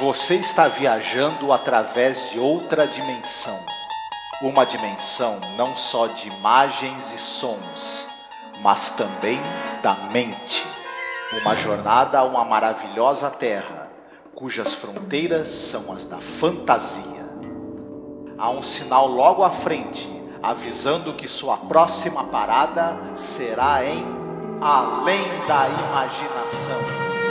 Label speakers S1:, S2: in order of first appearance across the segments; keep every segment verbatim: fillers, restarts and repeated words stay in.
S1: Você está viajando através de outra dimensão. Uma dimensão não só de imagens e sons, mas também da mente. Uma jornada a uma maravilhosa terra, cujas fronteiras são as da fantasia. Há um sinal logo à frente, avisando que sua próxima parada será em Além da Imaginação.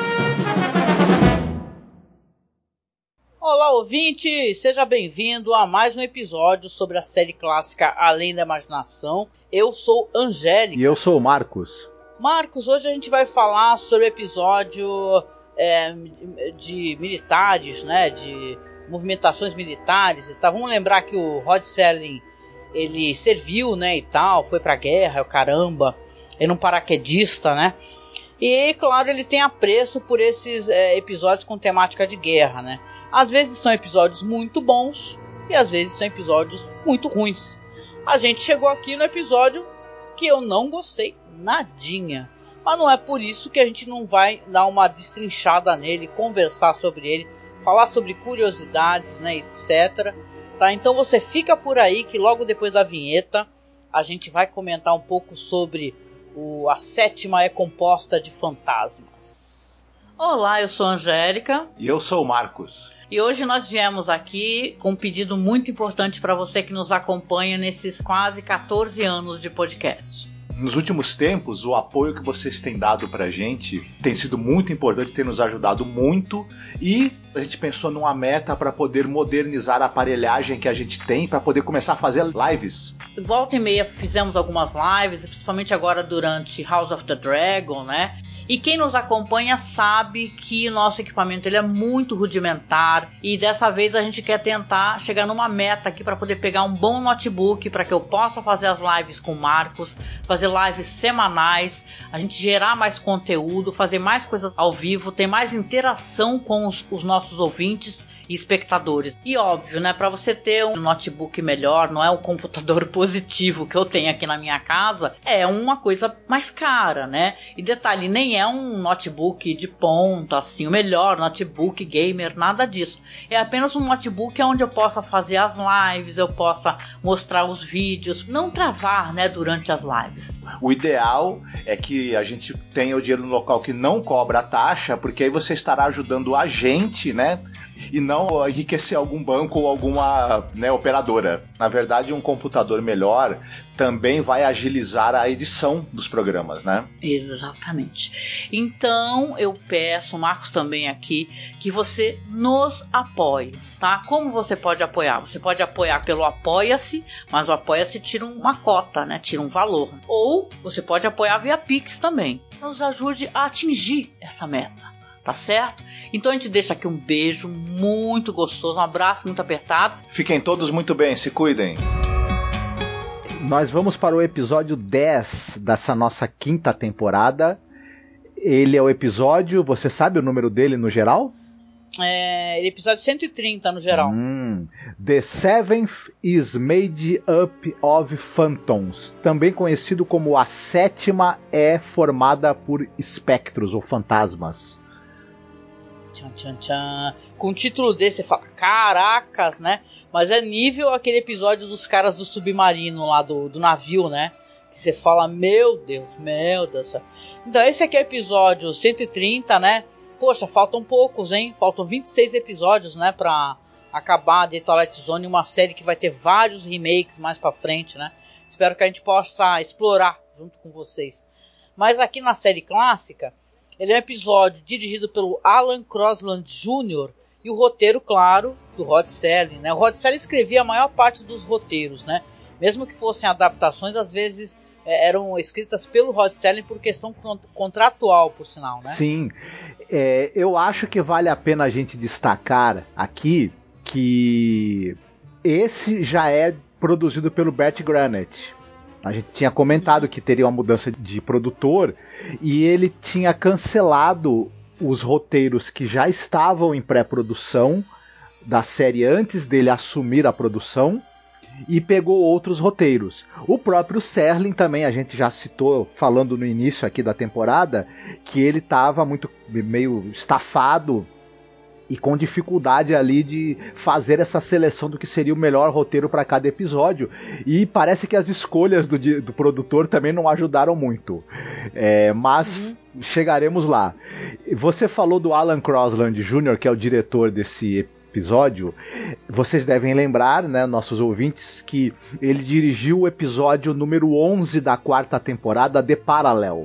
S2: Olá, ouvinte! Seja bem-vindo a mais um episódio sobre a série clássica Além da Imaginação. Eu sou Angélica.
S3: E eu sou o Marcos.
S2: Marcos, hoje a gente vai falar sobre o episódio é, de militares, né, de movimentações militares e tal. Vamos lembrar que o Rod Serling, ele serviu, né, e tal, foi pra guerra, o caramba, ele é um paraquedista, né? E, claro, ele tem apreço por esses é, episódios com temática de guerra, né? Às vezes são episódios muito bons e às vezes são episódios muito ruins. A gente chegou aqui no episódio que eu não gostei nadinha. Mas não é por isso que a gente não vai dar uma destrinchada nele, conversar sobre ele, falar sobre curiosidades, né, etcétera. Tá? Então você fica por aí que logo depois da vinheta a gente vai comentar um pouco sobre o, a sétima é composta de fantasmas. Olá, eu sou a Angélica.
S1: E eu sou o Marcos.
S2: E hoje nós viemos aqui com um pedido muito importante para você que nos acompanha nesses quase catorze anos de podcast.
S1: Nos últimos tempos, o apoio que vocês têm dado pra gente tem sido muito importante, tem nos ajudado muito, e a gente pensou numa meta para poder modernizar a aparelhagem que a gente tem, para poder começar a fazer lives.
S2: Volta e meia fizemos algumas lives, principalmente agora durante House of the Dragon, né? E quem nos acompanha sabe que o nosso equipamento ele é muito rudimentar e dessa vez a gente quer tentar chegar numa meta aqui para poder pegar um bom notebook para que eu possa fazer as lives com o Marcos, fazer lives semanais, a gente gerar mais conteúdo, fazer mais coisas ao vivo, ter mais interação com os, os nossos ouvintes e espectadores. E óbvio, né, para você ter um notebook melhor, não é um computador positivo que eu tenho aqui na minha casa, é uma coisa mais cara, né? E detalhe, nem é um notebook de ponta, assim, o melhor notebook gamer, nada disso. É apenas um notebook onde eu possa fazer as lives, eu possa mostrar os vídeos, não travar, né, durante as lives.
S1: O ideal é que a gente tenha o dinheiro no local que não cobra a taxa, porque aí você estará ajudando a gente, né? E não enriquecer algum banco ou alguma, né, operadora. Na verdade, um computador melhor também vai agilizar a edição dos programas, né?
S2: Exatamente. Então, eu peço, o Marcos também aqui, que você nos apoie, tá? Como você pode apoiar? Você pode apoiar pelo Apoia-se, mas o Apoia-se tira uma cota, né? Tira um valor. Ou você pode apoiar via Pix também. Nos ajude a atingir essa meta. Tá certo? Então a gente deixa aqui um beijo muito gostoso, um abraço muito apertado.
S1: Fiquem todos muito bem, se cuidem.
S3: Nós vamos para o episódio dez dessa nossa quinta temporada. Ele é o episódio, você sabe o número dele no geral?
S2: É, ele é episódio cento e trinta no geral.
S3: Hum, The Seventh is Made Up of Phantoms, também conhecido como a sétima é formada por espectros ou fantasmas.
S2: Tchan, tchan, tchan. Com o título desse você fala, caracas, né? Mas é nível aquele episódio dos caras do submarino lá, do, do navio, né? Que você fala, meu Deus, meu Deus. Então esse aqui é o episódio cento e trinta, né? Poxa, faltam poucos, hein? Faltam vinte e seis episódios, né? Pra acabar The Twilight Zone, uma série que vai ter vários remakes mais pra frente, né? Espero que a gente possa explorar junto com vocês. Mas aqui na série clássica, ele é um episódio dirigido pelo Alan Crosland Júnior e o roteiro, claro, do Rod Serling, né? O Rod Serling escrevia a maior parte dos roteiros, né? Mesmo que fossem adaptações, às vezes é, eram escritas pelo Rod Serling por questão contratual, por sinal, né?
S3: Sim, é, eu acho que vale a pena a gente destacar aqui que esse já é produzido pelo Bert Granet. A gente tinha comentado que teria uma mudança de produtor e ele tinha cancelado os roteiros que já estavam em pré-produção da série antes dele assumir a produção e pegou outros roteiros. O próprio Serling também, a gente já citou, falando no início aqui da temporada, que ele estava muito meio estafado e com dificuldade ali de fazer essa seleção do que seria o melhor roteiro para cada episódio, e parece que as escolhas do, do produtor também não ajudaram muito, é, mas uhum. chegaremos lá. Você falou do Alan Crosland Júnior, que é o diretor desse episódio. Vocês devem lembrar, né, nossos ouvintes, que ele dirigiu o episódio número onze da quarta temporada, The Parallel.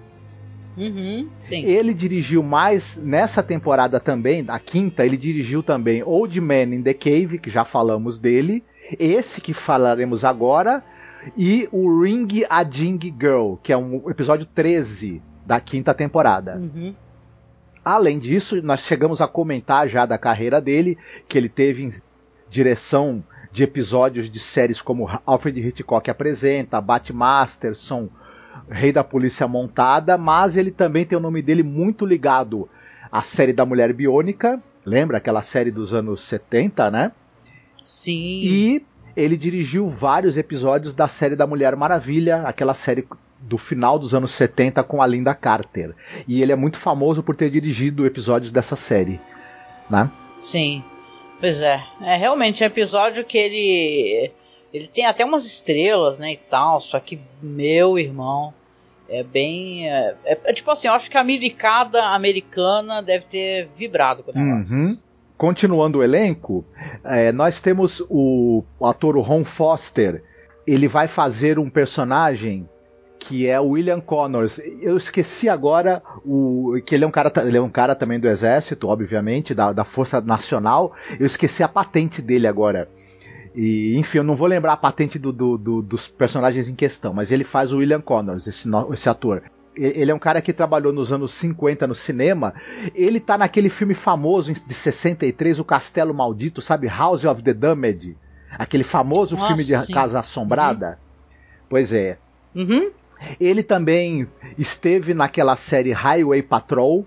S2: Uhum, sim.
S3: Ele dirigiu mais nessa temporada também, a quinta, ele dirigiu também Old Man in the Cave, que já falamos dele, esse que falaremos agora, e o Ring a Ding Girl, que é um episódio treze da quinta temporada. Uhum. Além disso, nós chegamos a comentar já da carreira dele, que ele teve direção de episódios de séries como Alfred Hitchcock Apresenta, Batmasterson, Rei da Polícia Montada, mas ele também tem o nome dele muito ligado à série da Mulher Biônica, lembra aquela série dos anos setenta, né?
S2: Sim.
S3: E ele dirigiu vários episódios da série da Mulher Maravilha, aquela série do final dos anos setenta com a Linda Carter. E ele é muito famoso por ter dirigido episódios dessa série, né?
S2: Sim, pois é. É realmente um episódio que ele... Ele tem até umas estrelas, né, e tal, só que, meu irmão, é bem... É, é, é tipo assim, eu acho que a milicada americana deve ter vibrado com o negócio.
S3: Uhum. Continuando o elenco, é, nós temos o, o ator o Ron Foster. Ele vai fazer um personagem que é o William Connors. Eu esqueci agora o, que ele é, um cara, ele é um cara também do exército, obviamente, da, da Força Nacional. Eu esqueci a patente dele agora. E, enfim, eu não vou lembrar a patente do, do, do, dos personagens em questão, mas ele faz o William Connors, esse, esse ator. Ele é um cara que trabalhou nos anos cinquenta no cinema. Ele tá naquele filme famoso de sessenta e três, O Castelo Maldito, sabe? House of the Damned. Aquele famoso Nossa, filme de sim. Casa Assombrada. Uhum. Pois é.
S2: Uhum.
S3: Ele também esteve naquela série Highway Patrol.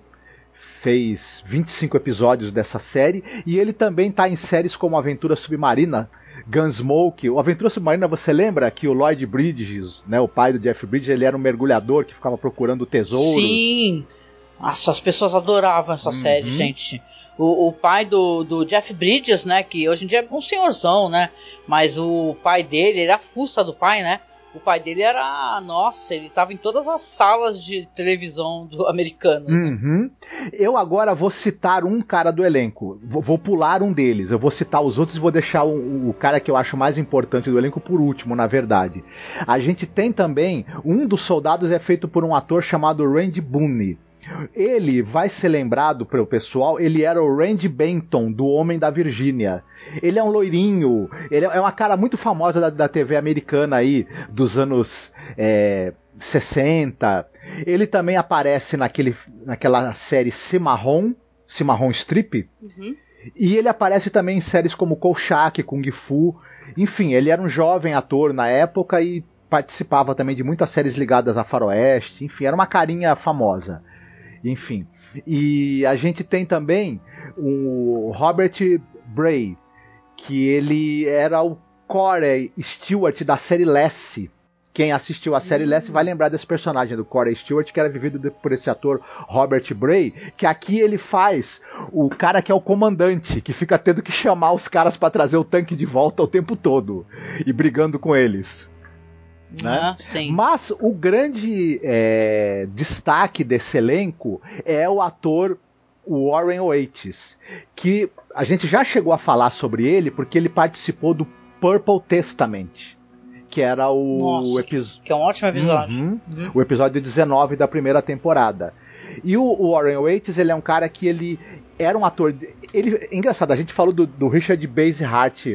S3: Fez vinte e cinco episódios dessa série. E ele também tá em séries como Aventura Submarina, Gunsmoke. O Aventura Submarina, você lembra que o Lloyd Bridges, né, o pai do Jeff Bridges, ele era um mergulhador que ficava procurando tesouros?
S2: Sim! Nossa, as pessoas adoravam essa uhum. série, gente. O, o pai do, do Jeff Bridges, né, que hoje em dia é um senhorzão, né, mas o pai dele, ele era a fuça do pai, né? O pai dele era, nossa, ele estava em todas as salas de televisão do americano.
S3: Uhum. Eu agora vou citar um cara do elenco. Vou, vou pular um deles. Eu vou citar os outros e vou deixar o, o cara que eu acho mais importante do elenco por último, na verdade. A gente tem também, um dos soldados é feito por um ator chamado Randy Boone. Ele vai ser lembrado pelo pessoal, ele era o Randy Benton, do Homem da Virgínia. Ele é um loirinho, ele é uma cara muito famosa da, da T V americana aí, dos anos é, sessenta. Ele também aparece naquele, naquela série Cimarron, Cimarron Strip.
S2: Uhum.
S3: E ele aparece também em séries como Kolchak, Kung Fu. Enfim, ele era um jovem ator na época e participava também de muitas séries ligadas a faroeste. Enfim, era uma carinha famosa. Enfim, e a gente tem também o Robert Bray, que ele era o Corey Stewart da série Lassie. Quem assistiu a série uhum. Lassie vai lembrar desse personagem do Corey Stewart, que era vivido por esse ator Robert Bray, que aqui ele faz o cara que é o comandante, que fica tendo que chamar os caras para trazer o tanque de volta o tempo todo, e brigando com eles. Né?
S2: Ah, sim.
S3: Mas o grande é, destaque desse elenco é o ator Warren Oates, que a gente já chegou a falar sobre ele porque ele participou do Purple Testament, que era o episódio
S2: que é um ótimo episódio,
S3: uhum, uhum. o episódio dezenove da primeira temporada. E o, o Warren Oates, ele é um cara que ele era um ator, ele, é engraçado, a gente falou do, do Richard Basehart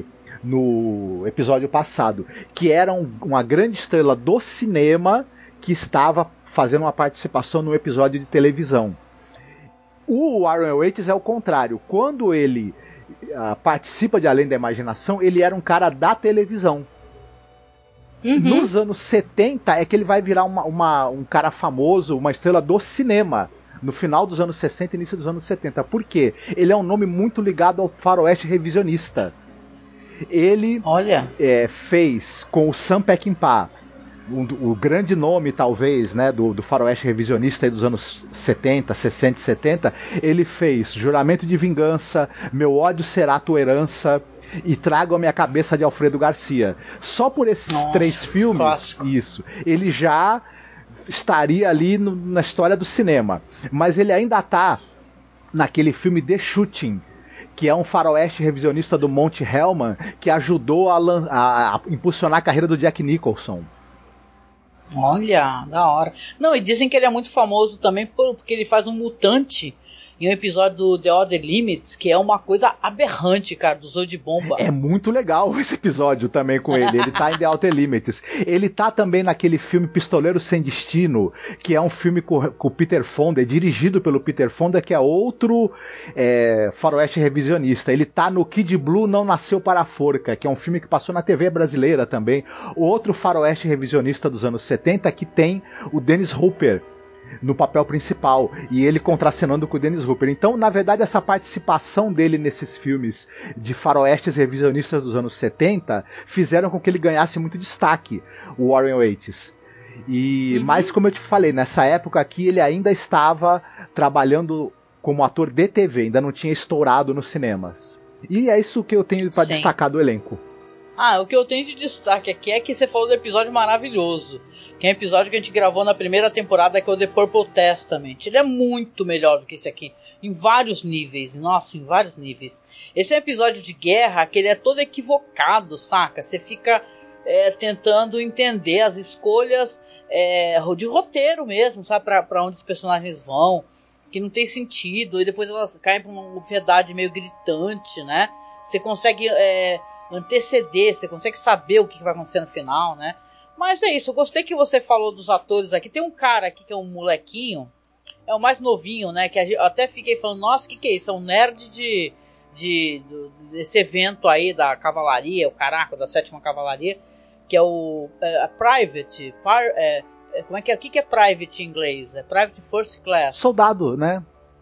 S3: no episódio passado, que era um, uma grande estrela do cinema que estava fazendo uma participação no episódio de televisão. O Warren Oates é o contrário. Quando ele uh, participa de Além da Imaginação, ele era um cara da televisão.
S2: Uhum.
S3: Nos anos setenta é que ele vai virar uma, uma, um cara famoso, uma estrela do cinema. No final dos anos sessenta e início dos anos setenta. Por quê? Ele é um nome muito ligado ao faroeste revisionista. Ele
S2: Olha.
S3: É, fez com o Sam Peckinpah o, o grande nome, talvez, né, do, do faroeste revisionista aí dos anos setenta, sessenta e setenta, ele fez Juramento de Vingança, Meu Ódio Será Tua Herança e Trago a Minha Cabeça de Alfredo Garcia. Só por esses Nossa, três filmes, clássico. Isso, ele já estaria ali no, na história do cinema. Mas ele ainda está naquele filme The Shooting, que é um faroeste revisionista do Monte Hellman, que ajudou a, a, a impulsionar a carreira do Jack Nicholson.
S2: Olha, da hora. Não, e dizem que ele é muito famoso também por, porque ele faz um mutante em um episódio do The Other Limits, que é uma coisa aberrante, cara, do Zoo de Bomba.
S3: É muito legal esse episódio também com ele. Ele tá em The Outer Limits. Ele tá também naquele filme Pistoleiro Sem Destino, que é um filme com, com o Peter Fonda, é dirigido pelo Peter Fonda, que é outro é, faroeste revisionista. Ele tá no Kid Blue Não Nasceu Para a Forca, que é um filme que passou na T V brasileira também. Outro faroeste revisionista dos anos setenta, que tem o Dennis Hopper no papel principal, e ele contracenando com o Dennis Hopper. Então, na verdade, essa participação dele nesses filmes de faroestes revisionistas dos anos setenta fizeram com que ele ganhasse muito destaque, o Warren Oates. E, uhum. Mas, como eu te falei, nessa época aqui ele ainda estava trabalhando como ator de T V, ainda não tinha estourado nos cinemas. E é isso que eu tenho para destacar do elenco.
S2: Ah, o que eu tenho de destaque aqui é que você falou do episódio maravilhoso, que é um episódio que a gente gravou na primeira temporada, que é o The Purple Testament. Ele é muito melhor do que esse aqui, em vários níveis, nossa, em vários níveis. Esse é um episódio de guerra que ele é todo equivocado, saca? Você fica é, tentando entender as escolhas é, de roteiro mesmo, sabe? Pra, pra onde os personagens vão, que não tem sentido, e depois elas caem pra uma verdade meio gritante, né? Você consegue é, anteceder, você consegue saber o que vai acontecer no final, né? Mas é isso, eu gostei que você falou dos atores aqui. Tem um cara aqui que é um molequinho, é o mais novinho, né? Que eu até fiquei falando, nossa, o que, que é isso? É um nerd de, de, de, desse evento aí da cavalaria, o caraca, da sétima cavalaria, que é o é, a Private. Par, é, é, como é que é? O que, que é Private em inglês? É Private First Class.
S3: Soldado, né?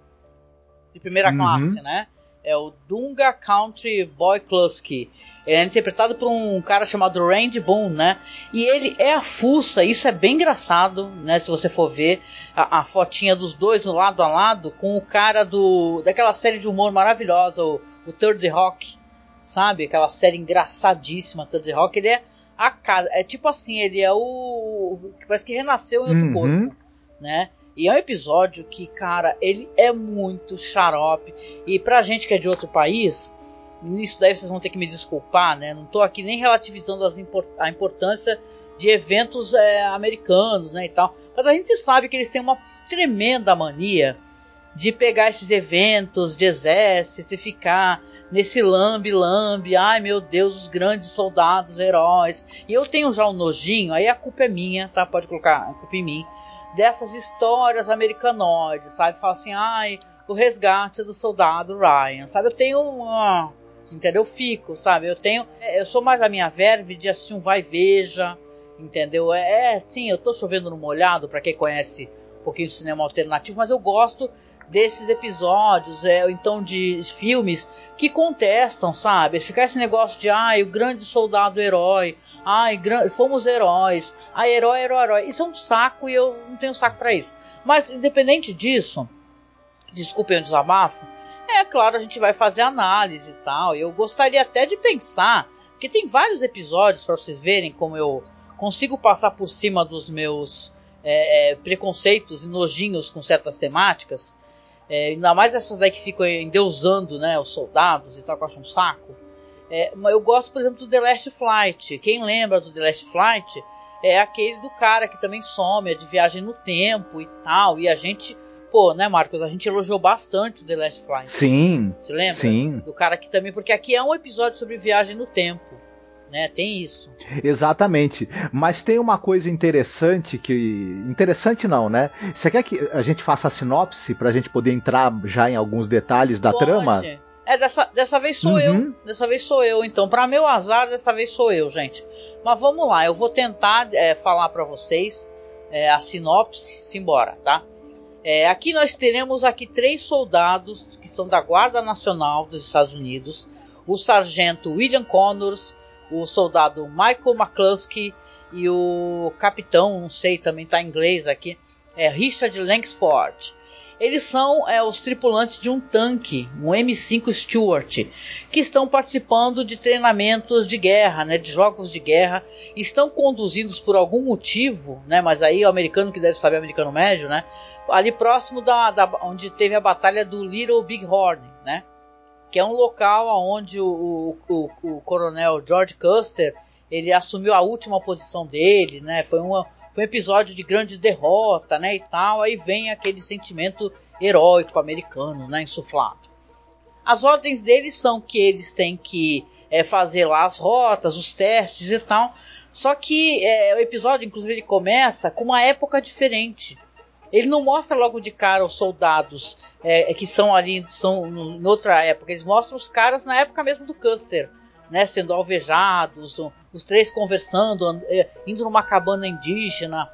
S2: De primeira
S3: uhum.
S2: classe, né? É o Dunga Country Boy Kluski. Ele é interpretado por um cara chamado Randy Boone, né? E ele é a fuça, isso é bem engraçado, né? Se você for ver a, a fotinha dos dois lado a lado com o cara do daquela série de humor maravilhosa, o, o Third Rock, sabe? Aquela série engraçadíssima, Third Rock. Ele é a cara, é tipo assim, ele é o que parece que renasceu em outro
S3: uhum.
S2: corpo, né? E é um episódio que, cara, ele é muito xarope. E pra gente que é de outro país, isso daí vocês vão ter que me desculpar, né? Não tô aqui nem relativizando as import- a importância de eventos é, americanos, né, e tal. Mas a gente sabe que eles têm uma tremenda mania de pegar esses eventos de exército e ficar nesse lambe-lambe. Ai, meu Deus, os grandes soldados, heróis. E eu tenho já um nojinho, aí a culpa é minha, tá? Pode colocar a culpa em mim. Dessas histórias americanoides, sabe? Fala assim, ai, o resgate do soldado Ryan, sabe? Eu tenho uma... Entendeu? Eu fico, sabe? Eu tenho... Eu sou mais a minha verve de assistir um vai e veja, entendeu? É, sim, eu tô chovendo no molhado, pra quem conhece um pouquinho de cinema alternativo, mas eu gosto desses episódios, é, então de filmes que contestam, sabe? Ficar esse negócio de, ai, o grande soldado herói, ai, gran... fomos heróis, ai, herói, herói, herói. Isso é um saco e eu não tenho saco pra isso. Mas, independente disso, desculpem o desabafo, é claro, a gente vai fazer análise e tal. E eu gostaria até de pensar, porque tem vários episódios para vocês verem como eu consigo passar por cima dos meus é, é, preconceitos e nojinhos com certas temáticas. É, ainda mais essas daí que ficam endeusando, né, os soldados e tal, que eu acho um saco. É, mas eu gosto, por exemplo, do The Last Flight. Quem lembra do The Last Flight é aquele do cara que também some, é de viagem no tempo e tal. E a gente, pô, né, Marcos, a gente elogiou bastante o The Last Flight.
S3: Sim.
S2: Você lembra?
S3: Sim.
S2: Do cara que também, porque aqui é um episódio sobre viagem no tempo, né? Tem isso.
S3: Exatamente. Mas tem uma coisa interessante que... Interessante não, né? Você quer que a gente faça a sinopse pra gente poder entrar já em alguns detalhes da
S2: Pode.
S3: trama?
S2: É, dessa, dessa vez sou
S3: uhum.
S2: eu. Dessa vez sou eu. Então, pra meu azar, dessa vez sou eu, gente. Mas vamos lá. Eu vou tentar é, falar pra vocês é, a sinopse. Simbora, tá? É, aqui nós teremos aqui três soldados que são da Guarda Nacional dos Estados Unidos. O sargento William Connors, o soldado Michael McCluskey e o capitão, não sei, também está em inglês aqui, é Richard Langsford. Eles são é, os tripulantes de um tanque, um M cinco Stuart, que estão participando de treinamentos de guerra, né, de jogos de guerra, estão conduzidos por algum motivo, né, mas aí o americano que deve saber, americano médio, né, ali próximo da, da onde teve a batalha do Little Big Horn, né, que é um local onde o, o, o, o coronel George Custer ele assumiu a última posição dele, né, foi uma Foi um episódio de grande derrota, né, e tal. Aí vem aquele sentimento heróico americano, né, insuflado. As ordens deles são que eles têm que é, fazer lá as rotas, os testes e tal. Só que é, o episódio, inclusive, ele começa com uma época diferente. Ele não mostra logo de cara os soldados é, que são ali, são em outra época. Eles mostram os caras na época mesmo do Custer, né, sendo alvejados, os três conversando, indo numa cabana indígena.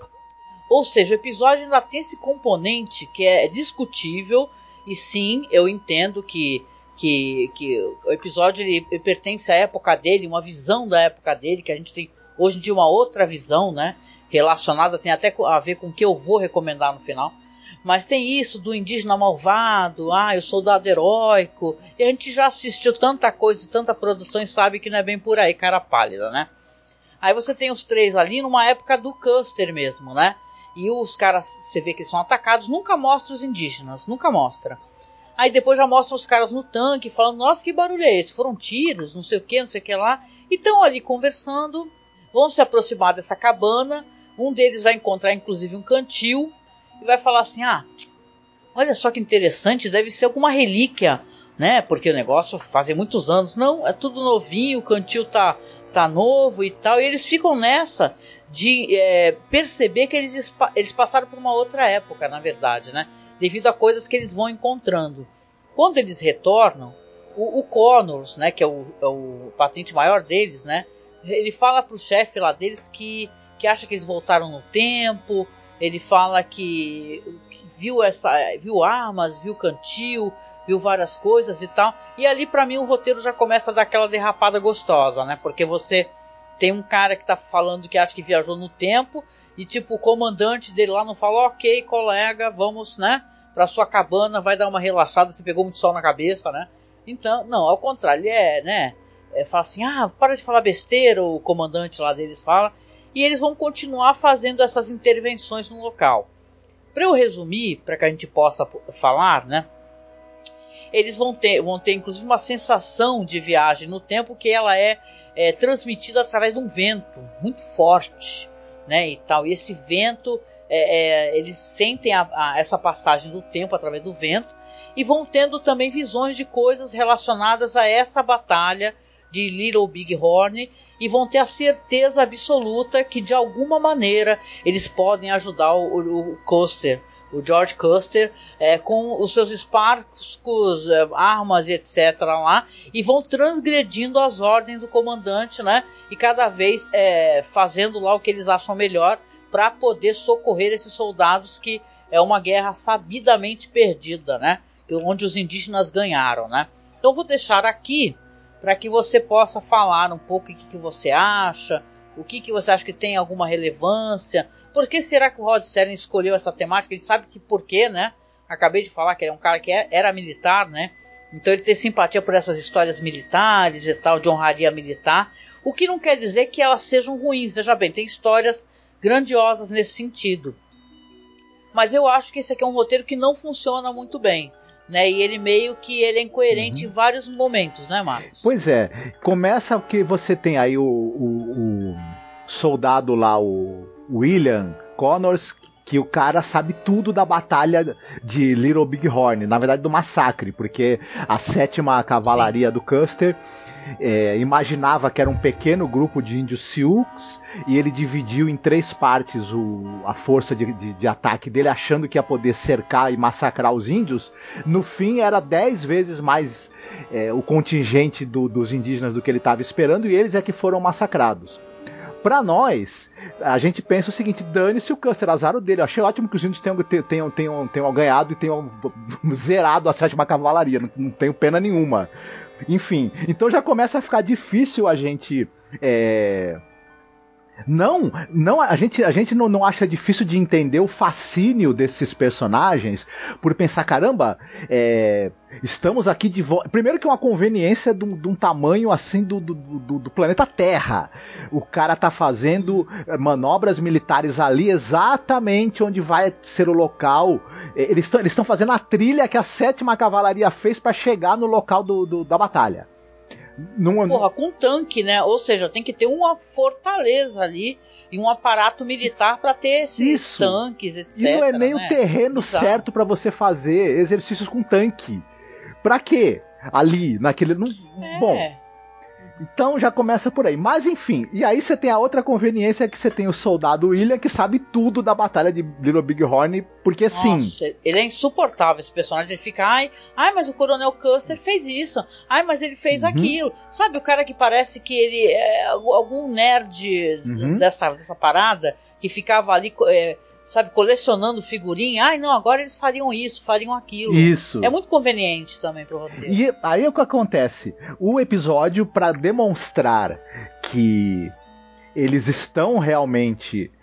S2: Ou seja, o episódio ainda tem esse componente que é discutível, e sim, eu entendo que, que, que o episódio ele, ele pertence à época dele, uma visão da época dele, que a gente tem hoje em dia uma outra visão, né, relacionada, tem até a ver com o que eu vou recomendar no final. Mas tem isso do indígena malvado, ah, o soldado heróico, e a gente já assistiu tanta coisa, tanta produção e sabe que não é bem por aí, cara pálida, né? Aí você tem os três ali numa época do Custer mesmo, né? E os caras, você vê que eles são atacados, nunca mostra os indígenas, nunca mostra. Aí depois já mostra os caras no tanque, falando, nossa, que barulho é esse? Foram tiros, não sei o que, não sei o que lá. E estão ali conversando, vão se aproximar dessa cabana, um deles vai encontrar inclusive um cantil, e vai falar assim, ah, olha só que interessante, deve ser alguma relíquia, né, porque o negócio fazem muitos anos, não, é tudo novinho, o cantil tá, tá novo e tal, e eles ficam nessa de é, perceber que eles, eles passaram por uma outra época, na verdade, né, devido a coisas que eles vão encontrando. Quando eles retornam, o, o Connors, né, que é o, é o patente maior deles, né, ele fala pro chefe lá deles que, que acha que eles voltaram no tempo. Ele fala que viu, essa, viu armas, viu cantil, viu várias coisas e tal. E ali pra mim o roteiro já começa a dar aquela derrapada gostosa, né? Porque você tem um cara que tá falando que acha que viajou no tempo. E tipo, o comandante dele lá não fala, ok, colega, vamos, né? Pra sua cabana, vai dar uma relaxada, você pegou muito sol na cabeça, né? Então, não, ao contrário, ele é, né? É, fala assim, ah, para de falar besteira, o comandante lá deles fala. E eles vão continuar fazendo essas intervenções no local. Para eu resumir, para que a gente possa falar, né? Eles vão ter, vão ter inclusive uma sensação de viagem no tempo que ela é, é transmitida através de um vento muito forte, né? E tal. E esse vento, é, é, eles sentem a, a, essa passagem do tempo através do vento e vão tendo também visões de coisas relacionadas a essa batalha de Little Big Horn, e vão ter a certeza absoluta que de alguma maneira eles podem ajudar o, o, o Custer, o George Custer, é, com os seus Sparks, é, armas e etcétera lá, e vão transgredindo as ordens do comandante, né? E cada vez é, fazendo lá o que eles acham melhor para poder socorrer esses soldados, que é uma guerra sabidamente perdida, né? Onde os indígenas ganharam, né? Então vou deixar aqui para que você possa falar um pouco o que, que você acha, o que, que você acha que tem alguma relevância. Por que será que o Rod Serling escolheu essa temática? Ele sabe que por quê, né? Acabei de falar que ele é um cara que era militar, né? Então ele tem simpatia por essas histórias militares e tal, de honraria militar. O que não quer dizer que elas sejam ruins. Veja bem, tem histórias grandiosas nesse sentido. Mas eu acho que esse aqui é um roteiro que não funciona muito bem. Né? E ele meio que ele é incoerente uhum. em vários momentos, né, Marcos?
S3: Pois é, começa que você tem aí o, o, o soldado lá, o William Connors, que o cara sabe tudo da batalha de Little Big Horn, na verdade do massacre, porque a sétima cavalaria Sim. do Custer é, imaginava que era um pequeno grupo de índios Sioux, e ele dividiu em três partes o, a força de, de, de ataque dele, achando que ia poder cercar e massacrar os índios. No fim era dez vezes mais é, o contingente do, dos indígenas do que ele estava esperando, e eles é que foram massacrados. Pra nós, a gente pensa o seguinte, dane-se o Custer, azar dele. Eu achei ótimo que os índios tenham, tenham, tenham, tenham ganhado e tenham zerado a sétima cavalaria, não, não tenho pena nenhuma. Enfim, então já começa a ficar difícil a gente é, Não, não a gente, a gente não, não acha difícil de entender o fascínio desses personagens por pensar, caramba, é, estamos aqui de volta. Primeiro que é uma conveniência de um, de um tamanho assim do, do, do, do planeta Terra. O cara tá fazendo manobras militares ali exatamente onde vai ser o local. Eles estão eles estão fazendo a trilha que a sétima Cavalaria fez para chegar no local do, do, da batalha. Num...
S2: Porra, com tanque, né? Ou seja, tem que ter uma fortaleza ali e um aparato militar para ter esses Isso. tanques, etcétera.
S3: E não é nem
S2: né?
S3: o terreno Exato. certo para você fazer exercícios com tanque. Pra quê? Ali, naquele... Não... É. Bom, então já começa por aí. Mas enfim, e aí você tem a outra conveniência que você tem o soldado William que sabe tudo da batalha de Little Big Horn, porque sim.
S2: Nossa, ele é insuportável esse personagem, ele fica, ai, ai, mas o Coronel Custer fez isso, ai, mas ele fez uhum. aquilo. Sabe o cara que parece que ele é algum nerd uhum. dessa, dessa parada, que ficava ali... É, sabe, colecionando figurinha. Ai, não, agora eles fariam isso, fariam aquilo.
S3: Isso.
S2: É muito conveniente também pro roteiro.
S3: E aí o que acontece? O episódio, para demonstrar que eles estão realmente...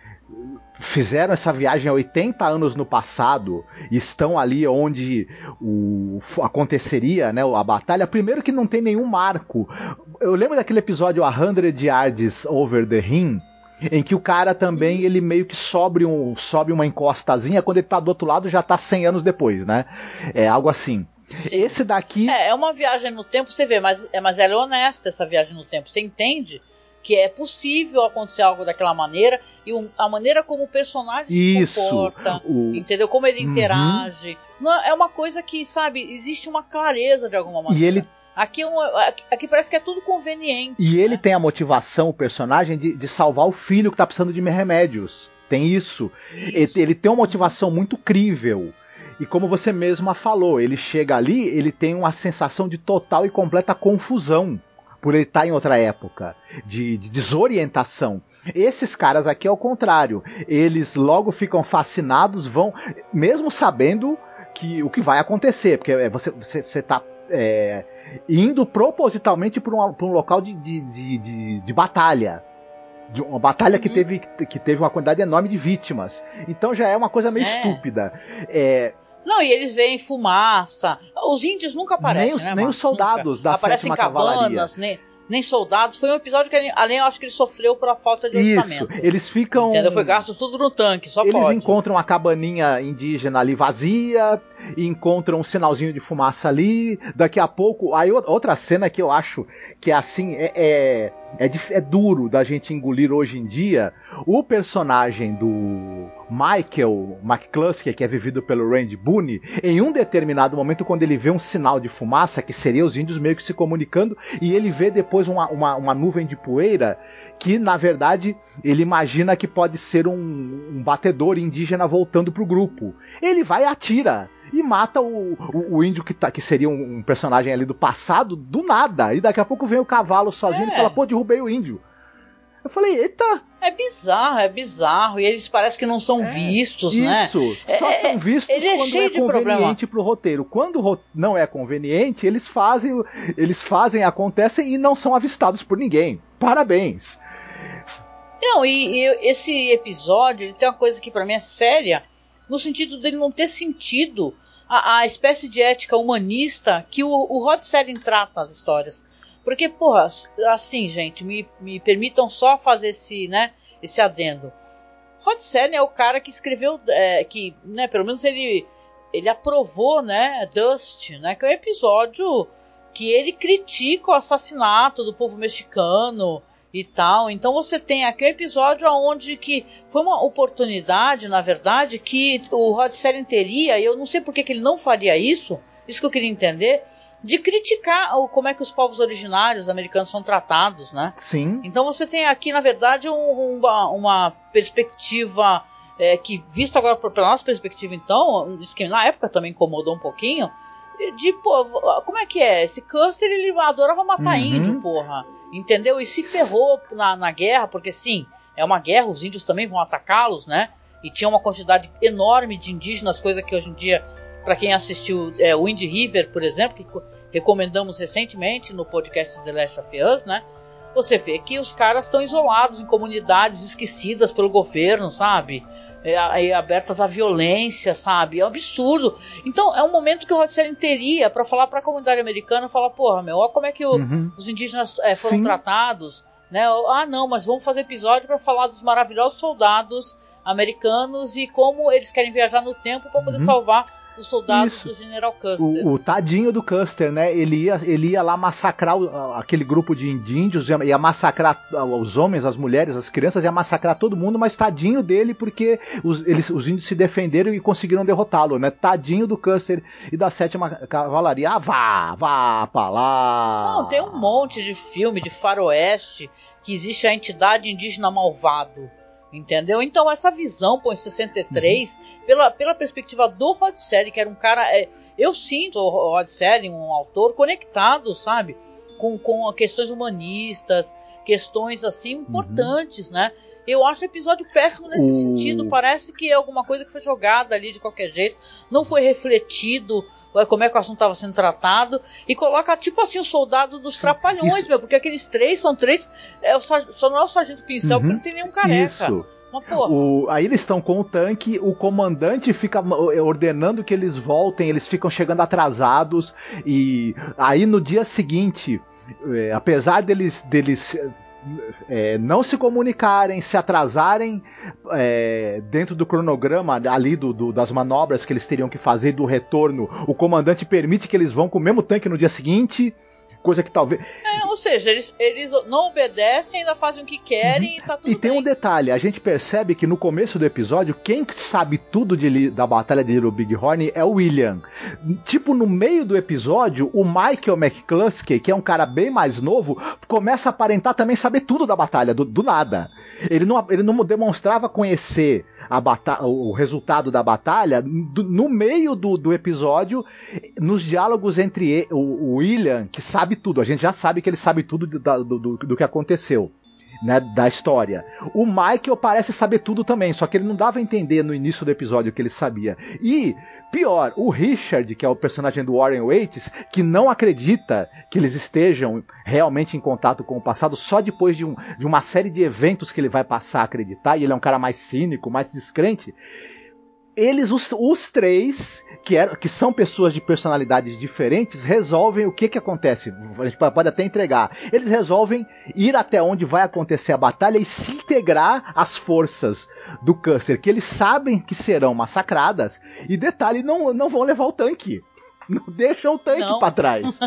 S3: fizeram essa viagem há oitenta anos no passado, estão ali onde o, aconteceria, né, a batalha. Primeiro que não tem nenhum marco. Eu lembro daquele episódio A Hundred Yards Over the Rim, em que o cara também, ele meio que sobe, um, sobe uma encostazinha, quando ele tá do outro lado já tá cem anos depois, né? É algo assim. Sim. Esse daqui...
S2: É, é uma viagem no tempo, você vê, mas, é, mas ela é honesta, essa viagem no tempo. Você entende que é possível acontecer algo daquela maneira, e um, a maneira como o personagem
S3: Isso.
S2: se comporta,
S3: o...
S2: entendeu? Como ele interage. Uhum. Não, é uma coisa que, sabe, existe uma clareza de alguma maneira.
S3: E ele...
S2: Aqui, é um, aqui, aqui parece que é tudo conveniente.
S3: E
S2: né?
S3: ele tem a motivação, o personagem, de, de salvar o filho que tá precisando de remédios. Tem isso. isso. Ele, ele tem uma motivação muito crível. E como você mesma falou, ele chega ali, ele tem uma sensação de total e completa confusão. Por ele estar em outra época. De, de desorientação. Esses caras aqui é o contrário. Eles logo ficam fascinados, vão... Mesmo sabendo que, o que vai acontecer. Porque você, você, você tá... É, indo propositalmente para um, um local de, de, de, de, de batalha. De uma batalha uhum. que, teve, que teve uma quantidade enorme de vítimas. Então já é uma coisa meio é. estúpida. É,
S2: Não, e eles veem fumaça. Os índios nunca aparecem,
S3: nem os,
S2: né,
S3: nem os soldados nunca. da
S2: aparecem
S3: sétima
S2: cabanas,
S3: cavalaria.
S2: Nem, nem soldados. Foi um episódio que, além, eu acho que ele sofreu por falta de orçamento.
S3: Isso, eles ficam...
S2: Entendeu? Foi gasto tudo no tanque, só
S3: eles
S2: pode.
S3: Eles encontram uma cabaninha indígena ali vazia, e encontram um sinalzinho de fumaça ali, daqui a pouco... Aí outra cena que eu acho que é assim, é, é, é, é duro da gente engolir hoje em dia, o personagem do Michael McCluskey, que é vivido pelo Randy Boone, em um determinado momento, quando ele vê um sinal de fumaça, que seria os índios meio que se comunicando, e ele vê depois uma, uma, uma nuvem de poeira, que na verdade ele imagina que pode ser um, um batedor indígena voltando pro grupo. Ele vai e atira e mata o, o, o índio que, tá, que seria um, um personagem ali do passado, do nada, e daqui a pouco vem o cavalo sozinho é. e fala, pô, derrubei o índio. Eu falei, eita!
S2: É bizarro, é bizarro. E eles parecem que não são
S3: é,
S2: vistos,
S3: isso.
S2: né?
S3: Isso, só
S2: é,
S3: são vistos
S2: ele é
S3: quando
S2: cheio
S3: é
S2: de
S3: conveniente pro roteiro. Quando ro- não é conveniente, eles fazem, eles fazem, acontecem e não são avistados por ninguém. Parabéns!
S2: Não, e, e esse episódio, ele tem uma coisa que pra mim é séria, no sentido dele não ter sentido a, a espécie de ética humanista que o, o Rod Serling trata nas histórias. Porque, porra, assim, gente, me, me permitam só fazer esse, né, esse adendo. Rod Serling é o cara que escreveu, é, que, né, pelo menos ele, ele aprovou, né, Dust, né, que é um episódio que ele critica o assassinato do povo mexicano e tal. Então você tem aqui um episódio onde que foi uma oportunidade, na verdade, que o Rod Serling teria, e eu não sei por que, que ele não faria isso, isso que eu queria entender, de criticar o, como é que os povos originários americanos são tratados, né?
S3: Sim.
S2: Então você tem aqui, na verdade, um, uma, uma perspectiva é, que, vista agora pela nossa perspectiva, então, diz que na época também incomodou um pouquinho, de, pô, como é que é? Esse Custer, ele adorava matar uhum. índio, porra. Entendeu? E se ferrou na, na guerra, porque sim, é uma guerra, os índios também vão atacá-los, né? E tinha uma quantidade enorme de indígenas, coisa que hoje em dia, para quem assistiu é, Wind River, por exemplo, que recomendamos recentemente no podcast The Last of Us, né? você vê que os caras estão isolados em comunidades esquecidas pelo governo, sabe? É, é, abertas à violência, sabe? É um absurdo. Então é um momento que o Rod Serling teria para falar para a comunidade americana, falar, porra, meu, olha como é que o, uhum. os indígenas é, foram Sim. tratados, né? Ah, não, mas vamos fazer episódio para falar dos maravilhosos soldados americanos e como eles querem viajar no tempo para poder uhum. salvar os soldados Isso. do General Custer.
S3: O, o tadinho do Custer, né? Ele ia, ele ia lá massacrar o, aquele grupo de índios, ia, ia massacrar os homens, as mulheres, as crianças, ia massacrar todo mundo, mas tadinho dele porque os, eles, os índios se defenderam e conseguiram derrotá-lo, né? Tadinho do Custer e da sétima Cavalaria. Ah, vá, vá pra lá.
S2: Não, tem um monte de filme de faroeste que existe a entidade indígena malvado. Entendeu? Então essa visão, pô, em sessenta e três, uhum. pela, pela perspectiva do Rod Serling, que era um cara... É, eu sinto o Rod Serling, um autor conectado, sabe? Com, com questões humanistas, questões assim importantes, uhum. né? Eu acho o episódio péssimo nesse uh... sentido. Parece que é alguma coisa que foi jogada ali de qualquer jeito. Não foi refletido como é que o assunto estava sendo tratado, e coloca tipo assim o soldado dos Trapalhões, Isso. meu, porque aqueles três são três, é, o, só não é o Sargento Pincel, uhum. porque não tem nenhum careca.
S3: Isso. Mas, porra. O, aí eles estão com o tanque, o comandante fica ordenando que eles voltem, eles ficam chegando atrasados, e aí no dia seguinte, é, apesar deles... deles É, não se comunicarem, se atrasarem é, dentro do cronograma ali do, do, das manobras que eles teriam que fazer do retorno, o comandante permite que eles vão com o mesmo tanque no dia seguinte, coisa que talvez...
S2: É, ou seja, eles, eles não obedecem, ainda fazem o que querem uhum. e tá tudo
S3: E tem
S2: bem.
S3: Um detalhe, a gente percebe que no começo do episódio, quem sabe tudo de, da batalha de Little Bighorn é o William. Tipo, no meio do episódio, o Michael McCluskey, que é um cara bem mais novo, começa a aparentar também saber tudo da batalha, do, do nada. Ele não, ele não demonstrava conhecer a bata- o resultado da batalha do, no meio do, do episódio, nos diálogos entre ele, o, o William, que sabe tudo, a gente já sabe que ele sabe tudo do, do, do, do que aconteceu, né, da história. O Michael parece saber tudo também, só que ele não dava a entender no início do episódio que ele sabia. E, pior, o Richard, que é o personagem do Warren Waits, que não acredita que eles estejam realmente em contato com o passado, só depois de, um, de uma série de eventos que ele vai passar a acreditar, e ele é um cara mais cínico, mais descrente. Eles, os, os três, que, eram, que são pessoas de personalidades diferentes, resolvem o que que acontece. A gente pode até entregar. Eles resolvem ir até onde vai acontecer a batalha e se integrar às forças do Custer, que eles sabem que serão massacradas. E detalhe, não, não vão levar o tanque. Não deixam o tanque não. Pra trás.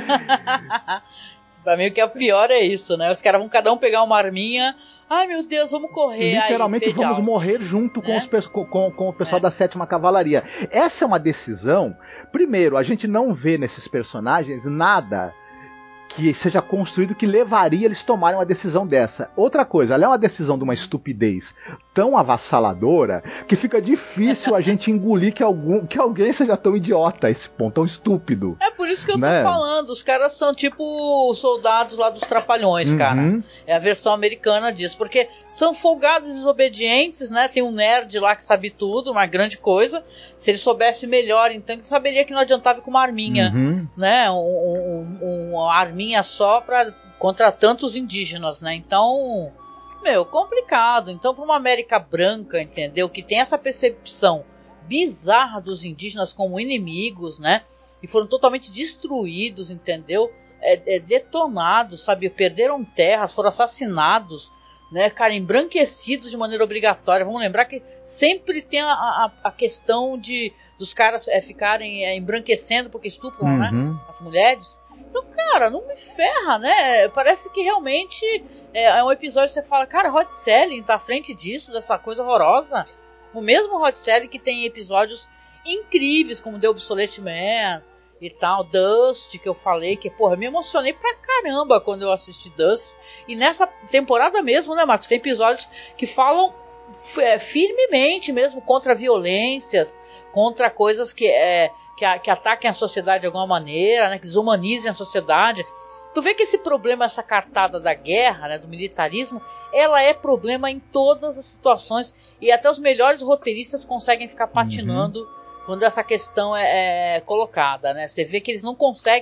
S2: Pra mim o que é pior é isso, né? Os caras vão cada um pegar uma arminha... Ai meu Deus, vamos correr.
S3: Literalmente
S2: aí,
S3: vamos
S2: out.
S3: morrer junto com, né? os, com, com, com o pessoal é. da sétima Cavalaria. Essa é uma decisão. Primeiro, a gente não vê nesses personagens nada que seja construído que levaria eles a tomarem uma decisão dessa. Outra coisa, ela é uma decisão de uma estupidez tão avassaladora que fica difícil a gente engolir que, algum, que alguém seja tão idiota a esse ponto, tão estúpido.
S2: É por isso que eu né? tô falando, os caras são tipo os soldados lá dos Trapalhões, uhum. cara. É a versão americana disso, porque são folgados e desobedientes, né? Tem um nerd lá que sabe tudo, uma grande coisa. Se ele soubesse melhor, então ele saberia que não adiantava ir com uma arminha, uhum. né? Um, um, um, uma arminha só pra, contra tantos indígenas, né? Então... Meu, complicado. Então, para uma América branca, entendeu? Que tem essa percepção bizarra dos indígenas como inimigos, né? E foram totalmente destruídos, entendeu? É, é, detonados, sabe? Perderam terras, foram assassinados, né? Cara, embranquecidos de maneira obrigatória. Vamos lembrar que sempre tem a, a, a questão de dos caras é, ficarem é, embranquecendo porque estupram, uhum. né? As mulheres. Então, cara, não me ferra, né? Parece que realmente é, é um episódio que você fala, cara, Rod Serling tá à frente disso, dessa coisa horrorosa. O mesmo Rod Serling que tem episódios incríveis, como The Obsolete Man e tal, Dust, que eu falei, que, porra, eu me emocionei pra caramba quando eu assisti Dust. E nessa temporada mesmo, né, Marcos, tem episódios que falam é, firmemente mesmo contra violências, contra coisas que, é, que, a, que ataquem a sociedade de alguma maneira, né, que desumanizem a sociedade. Tu vê que esse problema, essa cartada da guerra, né, do militarismo, ela é problema em todas as situações, e até os melhores roteiristas conseguem ficar patinando uhum. quando essa questão é, é colocada, né? Você vê que eles não conseguem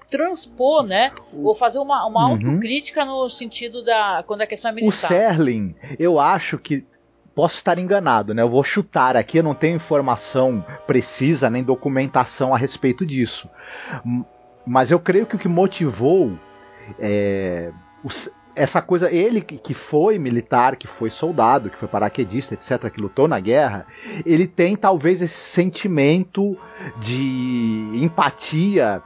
S2: transpor, né? Ou fazer uma, uma uhum. autocrítica no sentido da... quando a questão é militar.
S3: O Serling, eu acho que... Posso estar enganado, né? Eu vou chutar aqui, eu não tenho informação precisa, nem documentação a respeito disso. Mas eu creio que o que motivou é, os, essa coisa, ele que foi militar, que foi soldado, que foi paraquedista, etcétera, que lutou na guerra, ele tem talvez esse sentimento de empatia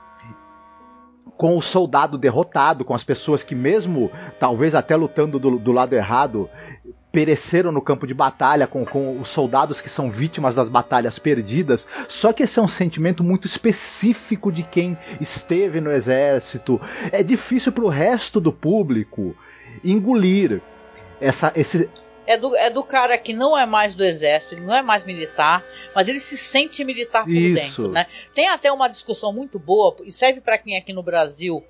S3: com o soldado derrotado, com as pessoas que mesmo, talvez até lutando do, do lado errado, pereceram no campo de batalha, com, com os soldados que são vítimas das batalhas perdidas. Só que esse é um sentimento muito específico de quem esteve no exército. É difícil para o resto do público engolir essa, esse...
S2: É do, é do cara que não é mais do exército, ele não é mais militar, mas ele se sente militar por
S3: Isso.
S2: dentro, né? Tem até uma discussão muito boa, e serve para quem aqui no Brasil,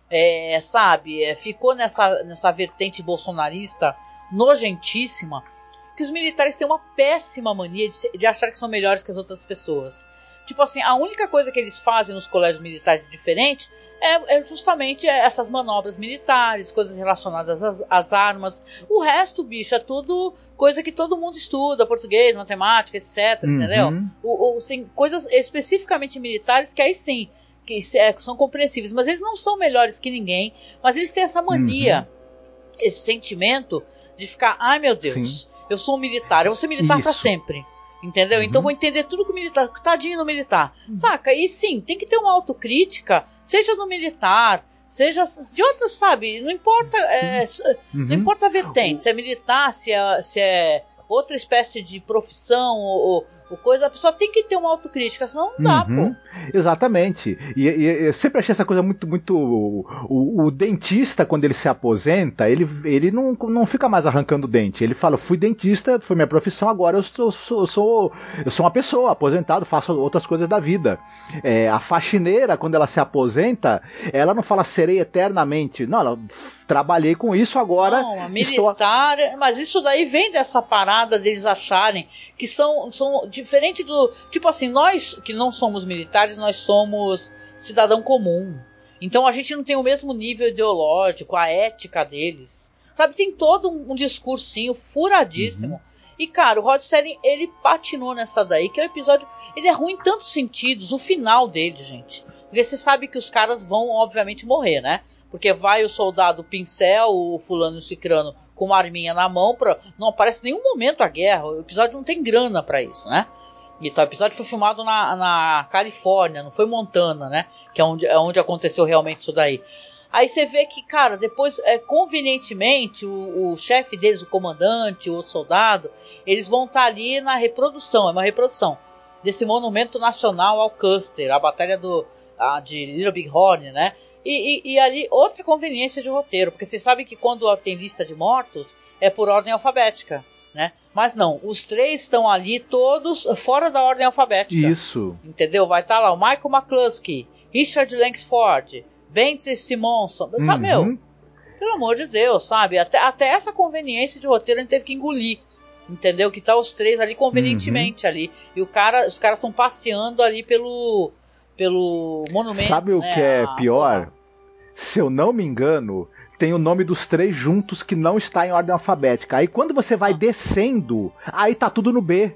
S2: é, sabe, é, ficou nessa, nessa vertente bolsonarista nojentíssima, que os militares têm uma péssima mania de, de achar que são melhores que as outras pessoas. Tipo assim, a única coisa que eles fazem nos colégios militares diferente é, é justamente essas manobras militares, coisas relacionadas às, às armas. O resto, bicho, é tudo coisa que todo mundo estuda, português, matemática, etcétera, uhum. Entendeu? O, o, assim, coisas especificamente militares que aí sim, que é, são compreensíveis, mas eles não são melhores que ninguém, mas eles têm essa mania, uhum. esse sentimento de ficar, ai meu Deus, Sim. eu sou um militar, eu vou ser militar para sempre, entendeu? Uhum. Então vou entender tudo que o militar, tadinho no militar, uhum. saca? E sim, tem que ter uma autocrítica, seja no militar, seja de outros, sabe? Não importa, é, uhum. não importa a vertente, se é militar, se é, se é outra espécie de profissão ou, ou coisa, a pessoa tem que ter uma autocrítica, senão não dá,
S3: uhum.
S2: pô.
S3: Exatamente. E, e eu sempre achei essa coisa muito, muito... O, o, o dentista, quando ele se aposenta, ele, ele não, não fica mais arrancando dente. Ele fala, fui dentista, foi minha profissão, agora eu sou, sou, sou, eu sou uma pessoa aposentado, faço outras coisas da vida. É, a faxineira, quando ela se aposenta, ela não fala, serei eternamente. Não, ela... Trabalhei com isso, agora
S2: não, a militar, estou... mas isso daí vem dessa parada deles acharem que são, são diferente do... Tipo assim, nós que não somos militares, nós somos cidadão comum. Então a gente não tem o mesmo nível ideológico, a ética deles. Sabe, tem todo um, um discursinho furadíssimo. Uhum. E cara, o Rod Serling, ele patinou nessa daí, que é um episódio... Ele é ruim em tantos sentidos, o final dele, gente. Porque você sabe que os caras vão, obviamente, morrer, né? Porque vai o soldado pincel, o fulano e o cicrano com uma arminha na mão, pra, não aparece em nenhum momento a guerra, o episódio não tem grana pra isso, né? E então, o episódio foi filmado na, na Califórnia, não foi Montana, né? Que é onde, é onde aconteceu realmente isso daí. Aí você vê que, cara, depois, é, convenientemente, o, o chefe deles, o comandante, o outro soldado, eles vão estar tá ali na reprodução, é uma reprodução desse monumento nacional ao Custer, a batalha do, a, de Little Big Horn, né? E, e, e ali, outra conveniência de roteiro, porque vocês sabem que quando tem lista de mortos, é por ordem alfabética, né? Mas não, os três estão ali todos fora da ordem alfabética.
S3: Isso.
S2: Entendeu? Vai estar tá lá o Michael McCluskey, Richard Langsford, Bentley Simonson, sabe, uhum. meu? Pelo amor de Deus, sabe? Até, até essa conveniência de roteiro a gente teve que engolir, entendeu? Que tá os três ali convenientemente uhum. ali. E o cara, os caras estão passeando ali pelo... pelo monumento.
S3: Sabe o
S2: né,
S3: que é
S2: a,
S3: pior? A... Se eu não me engano, tem o nome dos três juntos que não está em ordem alfabética. Aí quando você vai ah. descendo, aí tá tudo no B.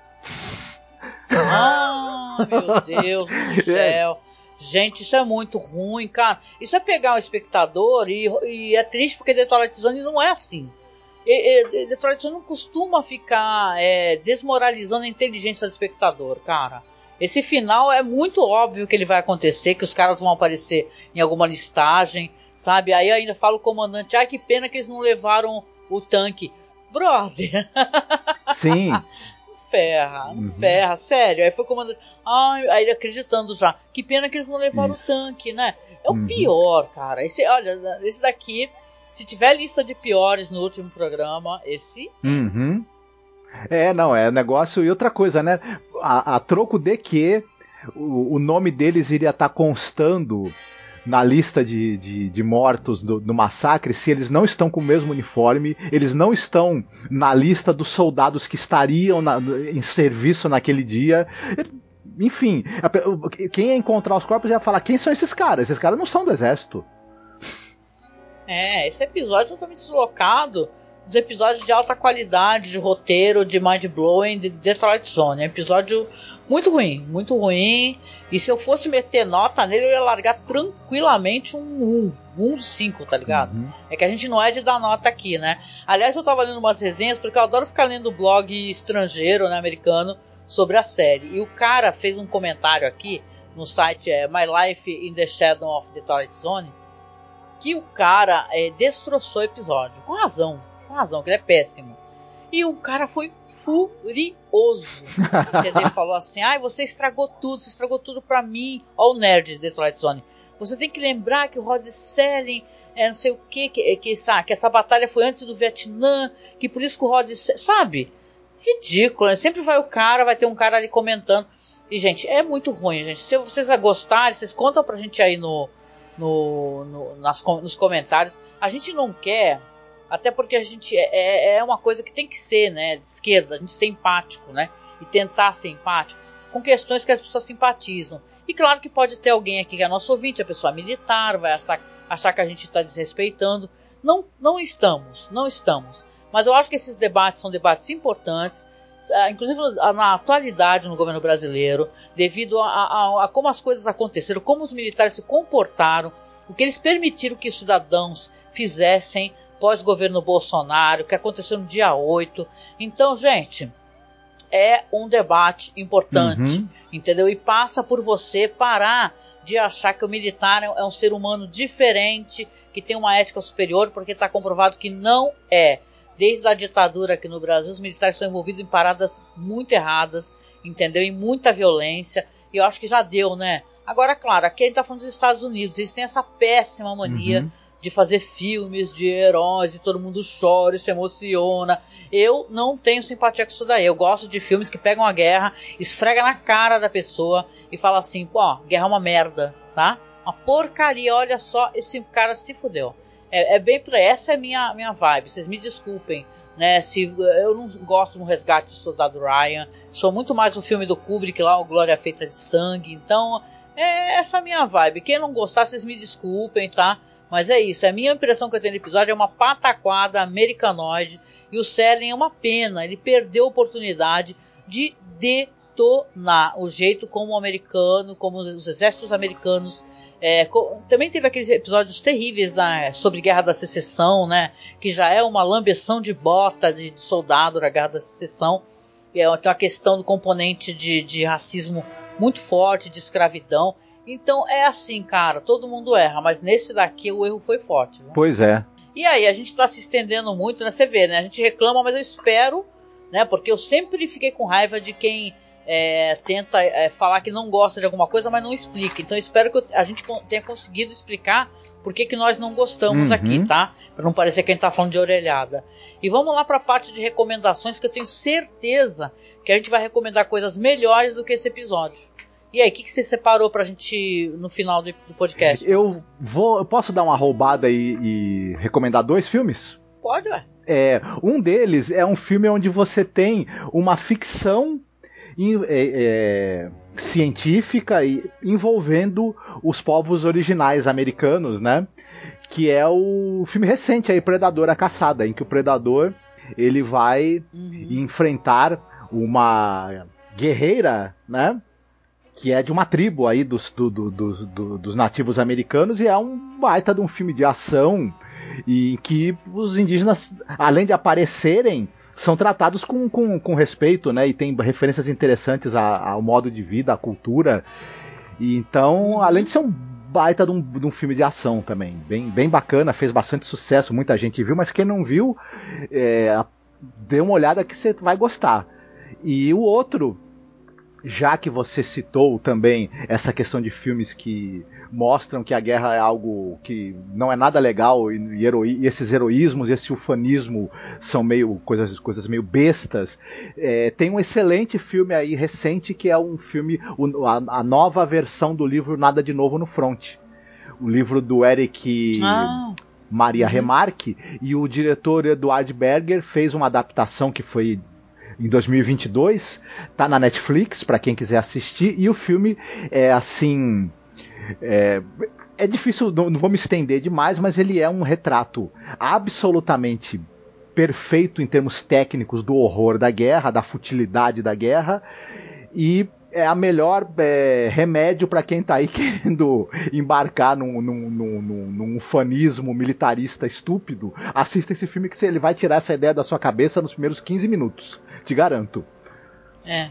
S2: Ah, meu Deus do céu. É. Gente, isso é muito ruim, cara. Isso é pegar o espectador e, e é triste porque The Twilight Zone não é assim. E, e, The Twilight Zone não costuma ficar é, desmoralizando a inteligência do espectador, cara. Esse final é muito óbvio que ele vai acontecer, que os caras vão aparecer em alguma listagem, sabe? Aí ainda fala o comandante, ai, que pena que eles não levaram o tanque. Brother!
S3: Sim.
S2: ferra, não uhum. ferra, sério. Aí foi o comandante, ai, aí ele acreditando já, que pena que eles não levaram Isso. o tanque, né? É o uhum. pior, cara. Esse, olha, esse daqui, se tiver lista de piores no último programa, esse...
S3: Uhum. É, não, é negócio. E outra coisa, né? A, a troco de que o, o nome deles iria estar constando na lista de, de, de mortos do, do massacre, se eles não estão com o mesmo uniforme, eles não estão na lista dos soldados que estariam na, em serviço naquele dia. enfim, quem ia encontrar os corpos ia falar, quem são esses caras? Esses caras não são do exército.
S2: É, esse episódio é totalmente deslocado dos episódios de alta qualidade, de roteiro, de mind-blowing, de The Twilight Zone. É um episódio muito ruim, muito ruim. E se eu fosse meter nota nele, eu ia largar tranquilamente um um, um de cinco, tá ligado? Uhum. É que a gente não é de dar nota aqui, né? Aliás, eu tava lendo umas resenhas, porque eu adoro ficar lendo blog estrangeiro, né, americano, sobre a série. E o cara fez um comentário aqui, no site é, My Life in the Shadow of the Twilight Zone, que o cara é, destroçou o episódio. Com razão, com razão, que ele é péssimo. E o cara foi furioso. Entendeu? Ele falou assim, ai, você estragou tudo, você estragou tudo pra mim. Ó o nerd de Twilight Zone. Você tem que lembrar que o Rod Serling, é, não sei o que, que, que, sabe, que essa batalha foi antes do Vietnã, que por isso que o Rod Serling, sabe? Ridículo, né? Sempre vai o cara, vai ter um cara ali comentando. E, gente, é muito ruim, gente. Se vocês gostarem, vocês contam pra gente aí no, no, no, nas, nos comentários. A gente não quer... Até porque a gente é, é uma coisa que tem que ser, né, de esquerda, a gente ser empático, né, e tentar ser empático com questões que as pessoas simpatizam. E claro que pode ter alguém aqui que é nosso ouvinte, a pessoa militar, vai achar, achar que a gente está desrespeitando. Não, não estamos, não estamos. Mas eu acho que esses debates são debates importantes, inclusive na atualidade no governo brasileiro, devido a, a, a como as coisas aconteceram, como os militares se comportaram, o que eles permitiram que os cidadãos fizessem pós-governo Bolsonaro, que aconteceu no dia oito. Então, gente, é um debate importante, uhum. entendeu? E passa por você parar de achar que o militar é um ser humano diferente, que tem uma ética superior, porque está comprovado que não é. Desde a ditadura aqui no Brasil, os militares estão envolvidos em paradas muito erradas, entendeu? Em muita violência, e eu acho que já deu, né? Agora, claro, aqui a gente está falando dos Estados Unidos, eles têm essa péssima mania uhum. de fazer filmes de heróis e todo mundo chora e se emociona. Eu não tenho simpatia com isso daí. Eu gosto de filmes que pegam a guerra, esfrega na cara da pessoa e fala assim, pô, ó, guerra é uma merda, tá? Uma porcaria, olha só, esse cara se fudeu. É, é bem pra essa é a minha, minha vibe, vocês me desculpem, né? Se, eu não gosto do Resgate do Soldado Ryan, sou muito mais o filme do Kubrick lá, o Glória Feita de Sangue, então é essa a minha vibe. Quem não gostar, vocês me desculpem, tá? Mas é isso, a minha impressão que eu tenho do episódio é uma pataquada americanoide. E o Serling é uma pena, ele perdeu a oportunidade de detonar o jeito como o americano, como os exércitos americanos. É, co- também teve aqueles episódios terríveis né, sobre Guerra da Secessão, né, que já é uma lambeção de bota de, de soldado da Guerra da Secessão. É, tem uma questão do componente de, de racismo muito forte, de escravidão. Então é assim, cara, todo mundo erra, mas nesse daqui o erro foi forte. Viu?
S3: Pois é.
S2: E aí, a gente tá se estendendo muito, né? Você vê, né? A gente reclama, mas eu espero, né? Porque eu sempre fiquei com raiva de quem é, tenta é, falar que não gosta de alguma coisa, mas não explica. Então eu espero que a gente tenha conseguido explicar por que, que nós não gostamos uhum. aqui, tá? Pra não parecer que a gente tá falando de orelhada. E vamos lá pra parte de recomendações, que eu tenho certeza que a gente vai recomendar coisas melhores do que esse episódio. E aí, o que, que você separou pra gente no final do, do podcast?
S3: Eu vou, eu posso dar uma roubada e, e recomendar dois filmes?
S2: Pode, ué.
S3: É, um deles é um filme onde você tem uma ficção é, é, científica e, envolvendo os povos originais americanos, né? Que é o filme recente aí, Predador, a Caçada, em que o Predador ele vai uhum. enfrentar uma guerreira, né? Que é de uma tribo aí dos, do, do, do, do, dos nativos americanos, e é um baita de um filme de ação em que os indígenas, além de aparecerem, são tratados com, com, com respeito, né? E tem referências interessantes ao modo de vida, à cultura. E então, além de ser um baita de um, de um filme de ação também, bem, bem bacana, fez bastante sucesso, muita gente viu, mas quem não viu, é, dê uma olhada que você vai gostar. E o outro, já que você citou também essa questão de filmes que mostram que a guerra é algo que não é nada legal, e, e, heroi, e esses heroísmos, esse ufanismo são meio coisas, coisas meio bestas, é, tem um excelente filme aí recente que é um filme, a, a nova versão do livro Nada de Novo no Front, o livro do Eric ah. Maria uhum. Remarque, e o diretor Eduard Berger fez uma adaptação que foi em dois mil e vinte e dois, tá na Netflix para quem quiser assistir, e o filme é assim, é, é difícil, não, não vou me estender demais, mas ele é um retrato absolutamente perfeito em termos técnicos do horror da guerra, da futilidade da guerra, e é a melhor é, remédio para quem está aí querendo embarcar num, num, num, num, num fanismo militarista estúpido. Assista esse filme que ele vai tirar essa ideia da sua cabeça nos primeiros quinze minutos, te garanto.
S2: É,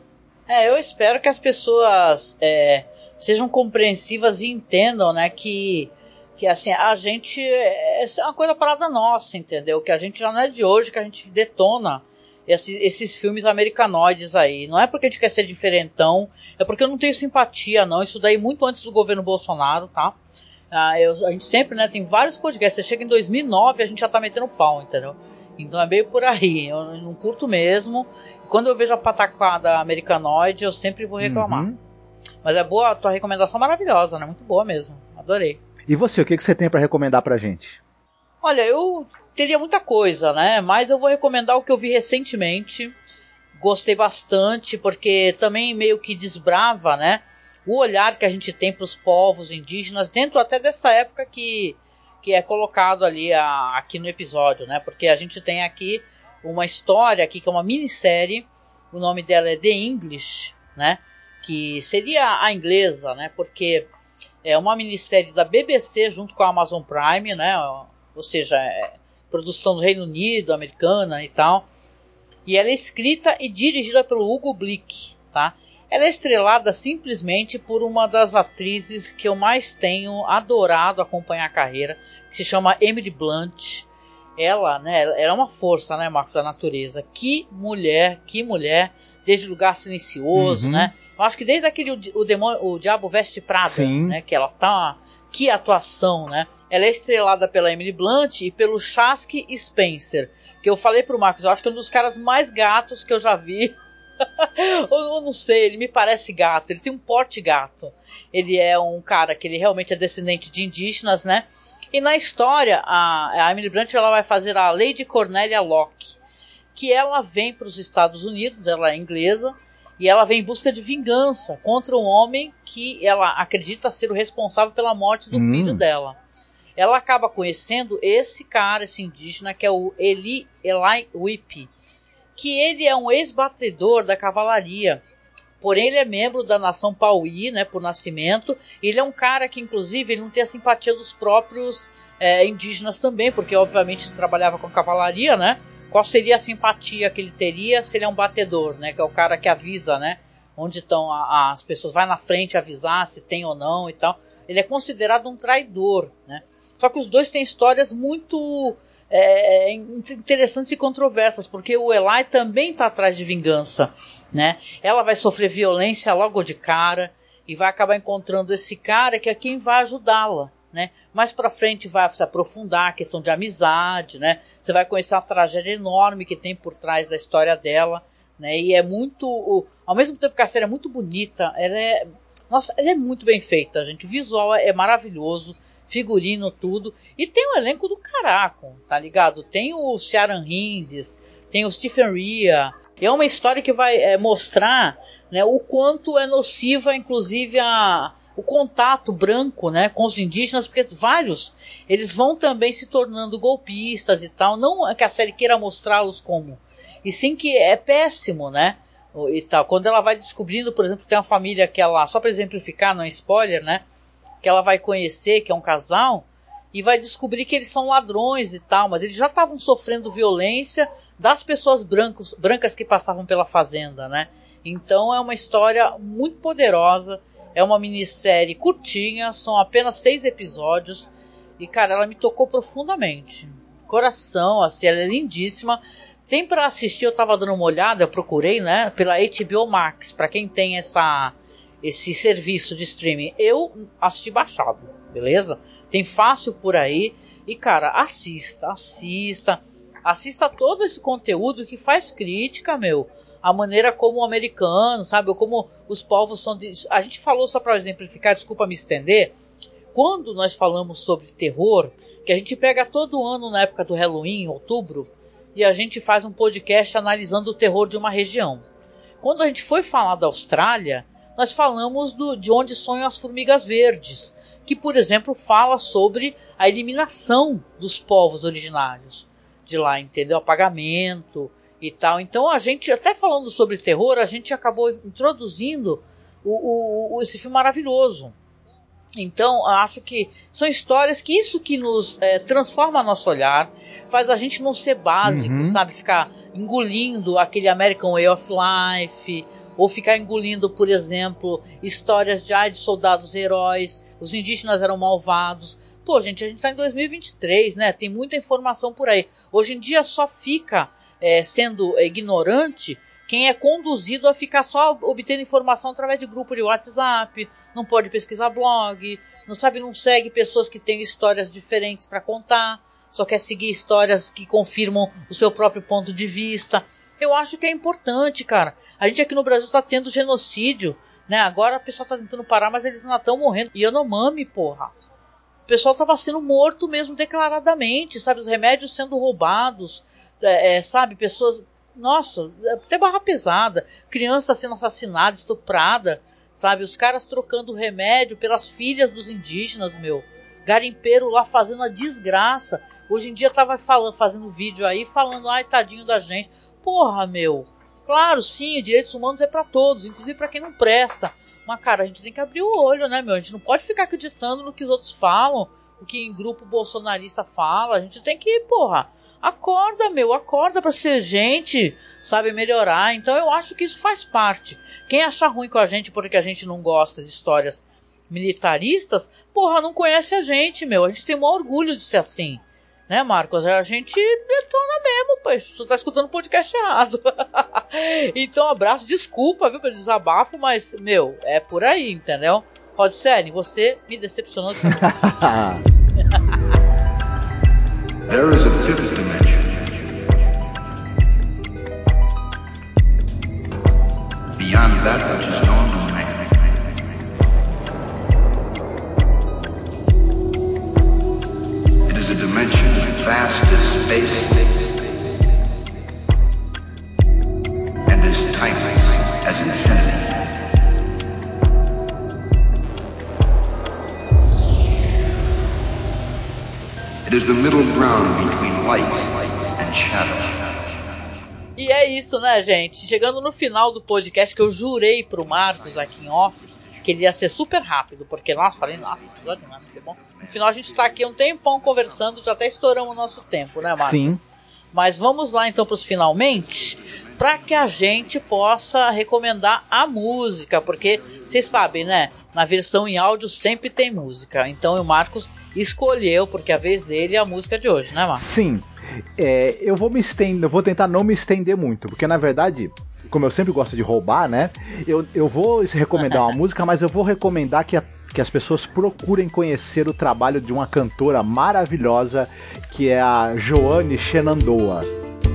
S2: é eu espero que as pessoas é, sejam compreensivas e entendam, né, que, que assim, a gente, é uma coisa parada nossa, entendeu? Que a gente já não é de hoje que a gente detona Esses, esses filmes americanoides aí. Não é porque a gente quer ser diferentão, é porque eu não tenho simpatia, não. Isso daí muito antes do governo Bolsonaro, tá? Ah, eu, a gente sempre, né, tem vários podcasts. Você chega em dois mil e nove, a gente já tá metendo pau, entendeu? Então é meio por aí. Eu não curto mesmo. E quando eu vejo a patacada americanoide, eu sempre vou reclamar. Uhum. Mas é boa, a tua recomendação maravilhosa, né? Muito boa mesmo. Adorei.
S3: E você, o que, que você tem pra recomendar pra gente?
S2: Olha, eu teria muita coisa, né? Mas eu vou recomendar o que eu vi recentemente. Gostei bastante, porque também meio que desbrava, né, o olhar que a gente tem para os povos indígenas, dentro até dessa época que, que é colocado ali a, aqui no episódio, né? Porque a gente tem aqui uma história aqui, que é uma minissérie, o nome dela é The English, né? Que seria a inglesa, né? Porque é uma minissérie da B B C junto com a Amazon Prime, né? Ou seja, é produção do Reino Unido, americana e tal. E ela é escrita e dirigida pelo Hugo Blick, tá? Ela é estrelada simplesmente por uma das atrizes que eu mais tenho adorado acompanhar a carreira, que se chama Emily Blunt. Ela, né, ela é uma força, né, Marcos, da natureza. Que mulher, que mulher, desde Lugar Silencioso, uhum. né? Eu acho que desde aquele o, o, demônio, o Diabo Veste Prada, Sim. né, que ela tá... Que atuação, né? Ela é estrelada pela Emily Blunt e pelo Chasky Spencer, que eu falei pro Marcos, eu acho que é um dos caras mais gatos que eu já vi. Eu não sei, ele me parece gato, ele tem um porte gato. Ele é um cara que ele realmente é descendente de indígenas, né? E na história, a, a Emily Blunt ela vai fazer a Lady Cornelia Locke, que ela vem para os Estados Unidos, ela é inglesa, e ela vem em busca de vingança contra um homem que ela acredita ser o responsável pela morte do hum. filho dela. Ela acaba conhecendo esse cara, esse indígena, que é o Eli, Eli Whip, que ele é um ex-batedor da cavalaria. Porém, ele é membro da nação Pauí, né, por nascimento. Ele é um cara que, inclusive, ele não tem a simpatia dos próprios é, indígenas também, porque, obviamente, trabalhava com cavalaria, né? Qual seria a simpatia que ele teria se ele é um batedor, né? Que é o cara que avisa, né? Onde estão a, as pessoas, vai na frente avisar se tem ou não e tal. Ele é considerado um traidor, né? Só que os dois têm histórias muito é, interessantes e controversas, porque o Eli também está atrás de vingança, né? Ela vai sofrer violência logo de cara e vai acabar encontrando esse cara que é quem vai ajudá-la, né? Mais pra frente vai se aprofundar a questão de amizade, né? Você vai conhecer uma tragédia enorme que tem por trás da história dela, né? E é muito, ao mesmo tempo que a série é muito bonita, ela é, nossa, ela é muito bem feita, gente. O visual é maravilhoso, figurino, tudo, e tem um elenco do caraco, tá ligado? Tem o Ciaran Hinds, tem o Stephen Rea. É uma história que vai é, mostrar, né, o quanto é nociva, inclusive a o contato branco, né, com os indígenas, porque vários, eles vão também se tornando golpistas e tal, não é que a série queira mostrá-los como, e sim que é péssimo, né, e tal. Quando ela vai descobrindo, por exemplo, tem uma família que ela, só para exemplificar, não é spoiler, né, que ela vai conhecer, que é um casal, e vai descobrir que eles são ladrões e tal, mas eles já estavam sofrendo violência das pessoas brancos, brancas que passavam pela fazenda, né, então é uma história muito poderosa. É uma minissérie curtinha, são apenas seis episódios. E, cara, ela me tocou profundamente. Coração, assim, ela é lindíssima. Tem pra assistir, eu tava dando uma olhada, eu procurei, né? Pela H B O Max, pra quem tem essa, esse serviço de streaming. Eu assisti baixado, beleza? Tem fácil por aí. E, cara, assista, assista. Assista todo esse conteúdo que faz crítica, meu. A maneira como o americano, sabe, ou como os povos são... De... A gente falou, só para exemplificar, desculpa me estender, quando nós falamos sobre terror, que a gente pega todo ano na época do Halloween, em outubro, e a gente faz um podcast analisando o terror de uma região. Quando a gente foi falar da Austrália, nós falamos do, de Onde Sonham as Formigas Verdes, que, por exemplo, fala sobre a eliminação dos povos originários de lá, entendeu? Apagamento e tal. Então a gente, até falando sobre terror, a gente acabou introduzindo o, o, esse filme maravilhoso. Então acho que são histórias que isso que nos é, transforma nosso olhar, faz a gente não ser básico, uhum. sabe? Ficar engolindo aquele American Way of Life, ou ficar engolindo, por exemplo, histórias de, ah, de soldados heróis, os indígenas eram malvados. Pô, gente, a gente está em dois mil e vinte e três, né? Tem muita informação por aí. Hoje em dia só fica é, sendo ignorante quem é conduzido a ficar só obtendo informação através de grupo de WhatsApp, não pode pesquisar blog, não sabe, não segue pessoas que têm histórias diferentes para contar, só quer seguir histórias que confirmam o seu próprio ponto de vista. Eu acho que é importante, cara. A gente aqui no Brasil está tendo genocídio, né? Agora o pessoal está tentando parar, mas eles não estão morrendo. Yanomami, porra. O pessoal estava sendo morto mesmo declaradamente, sabe? Os remédios sendo roubados, é, é, sabe? Pessoas... Nossa, até barra pesada. Criança sendo assassinada, estuprada, sabe? Os caras trocando remédio pelas filhas dos indígenas, meu. Garimpeiro lá fazendo a desgraça. Hoje em dia tava falando, fazendo vídeo aí, falando, ai, tadinho da gente. Porra, meu. Claro, sim, direitos humanos é pra todos, inclusive pra quem não presta. Mas, cara, a gente tem que abrir o olho, né, meu? A gente não pode ficar acreditando no que os outros falam, o que em grupo bolsonarista fala. A gente tem que, porra, acorda, meu, acorda pra ser gente, sabe, melhorar. Então eu acho que isso faz parte. Quem achar ruim com a gente porque a gente não gosta de histórias militaristas, porra, não conhece a gente, meu. A gente tem o maior orgulho de ser assim. Né, Marcos? A gente detona mesmo, pô. Tu tá escutando o podcast errado. Então, abraço, desculpa, viu, pelo desabafo, mas, meu, é por aí, entendeu? Rod Serling, você me decepcionou.
S4: There is a fifth dimension. Beyond that which is known to man. It is a dimension vast as space and as timeless as infinity. It is the middle ground between light and shadow.
S2: E é isso, né, gente? Chegando no final do podcast, que eu jurei pro Marcos aqui em off que ele ia ser super rápido, porque, nossa, falei, nossa, episódio não é muito bom. No final a gente tá aqui um tempão conversando, já até estouramos o nosso tempo, né, Marcos?
S3: Sim.
S2: Mas vamos lá então pros finalmente, para que a gente possa recomendar a música, porque vocês sabem, né? Na versão em áudio sempre tem música. Então o Marcos escolheu, porque a vez dele é a música de hoje, né, Marcos?
S3: Sim. É, eu vou me estender, eu vou tentar não me estender muito, porque na verdade, como eu sempre gosto de roubar, né? Eu, eu vou recomendar uma música, mas eu vou recomendar que, a, que as pessoas procurem conhecer o trabalho de uma cantora maravilhosa, que é a Joanne Shenandoah.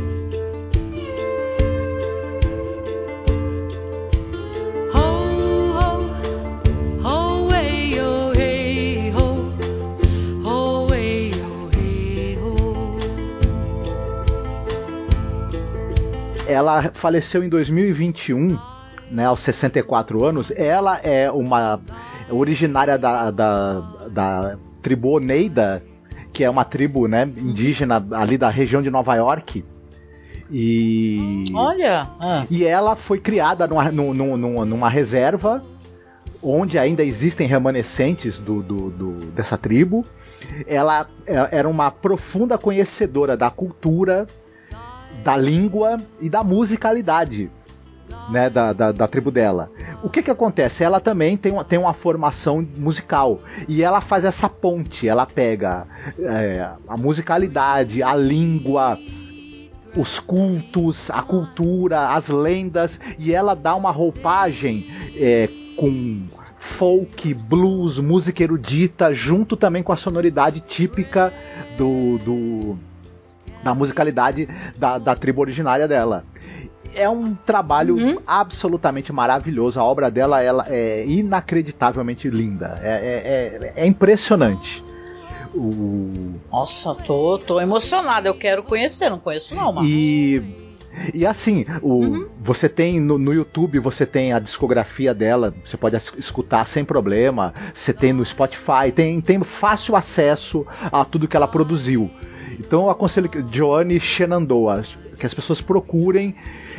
S3: Ela faleceu em dois mil e vinte e um, né, aos sessenta e quatro anos. Ela é uma originária da, da, da tribo Oneida, que é uma tribo, né, indígena ali da região de Nova York. E,
S2: Olha! Ah.
S3: E ela foi criada numa, numa, numa reserva onde ainda existem remanescentes do, do, do, dessa tribo. Ela era uma profunda conhecedora da cultura, da língua e da musicalidade, né, da, da, da tribo dela. O que que acontece? Ela também tem uma, tem uma formação musical, e ela faz essa ponte, ela pega é, a musicalidade, a língua, os cultos, a cultura, as lendas, e ela dá uma roupagem é, com folk, blues, música erudita, junto também com a sonoridade típica do... do da musicalidade da, da tribo originária dela. É um trabalho uhum. absolutamente maravilhoso. A obra dela ela é inacreditavelmente linda. É, é, é, é impressionante. O...
S2: Nossa, tô, tô emocionado, eu quero conhecer, não conheço não, Marcos.
S3: E... E assim, o, uhum. você tem no, no YouTube, você tem a discografia dela, você pode escutar sem problema, você tem no Spotify, tem, tem fácil acesso a tudo que ela produziu. Então eu aconselho que Johnny Shenandoah, que as pessoas procurem.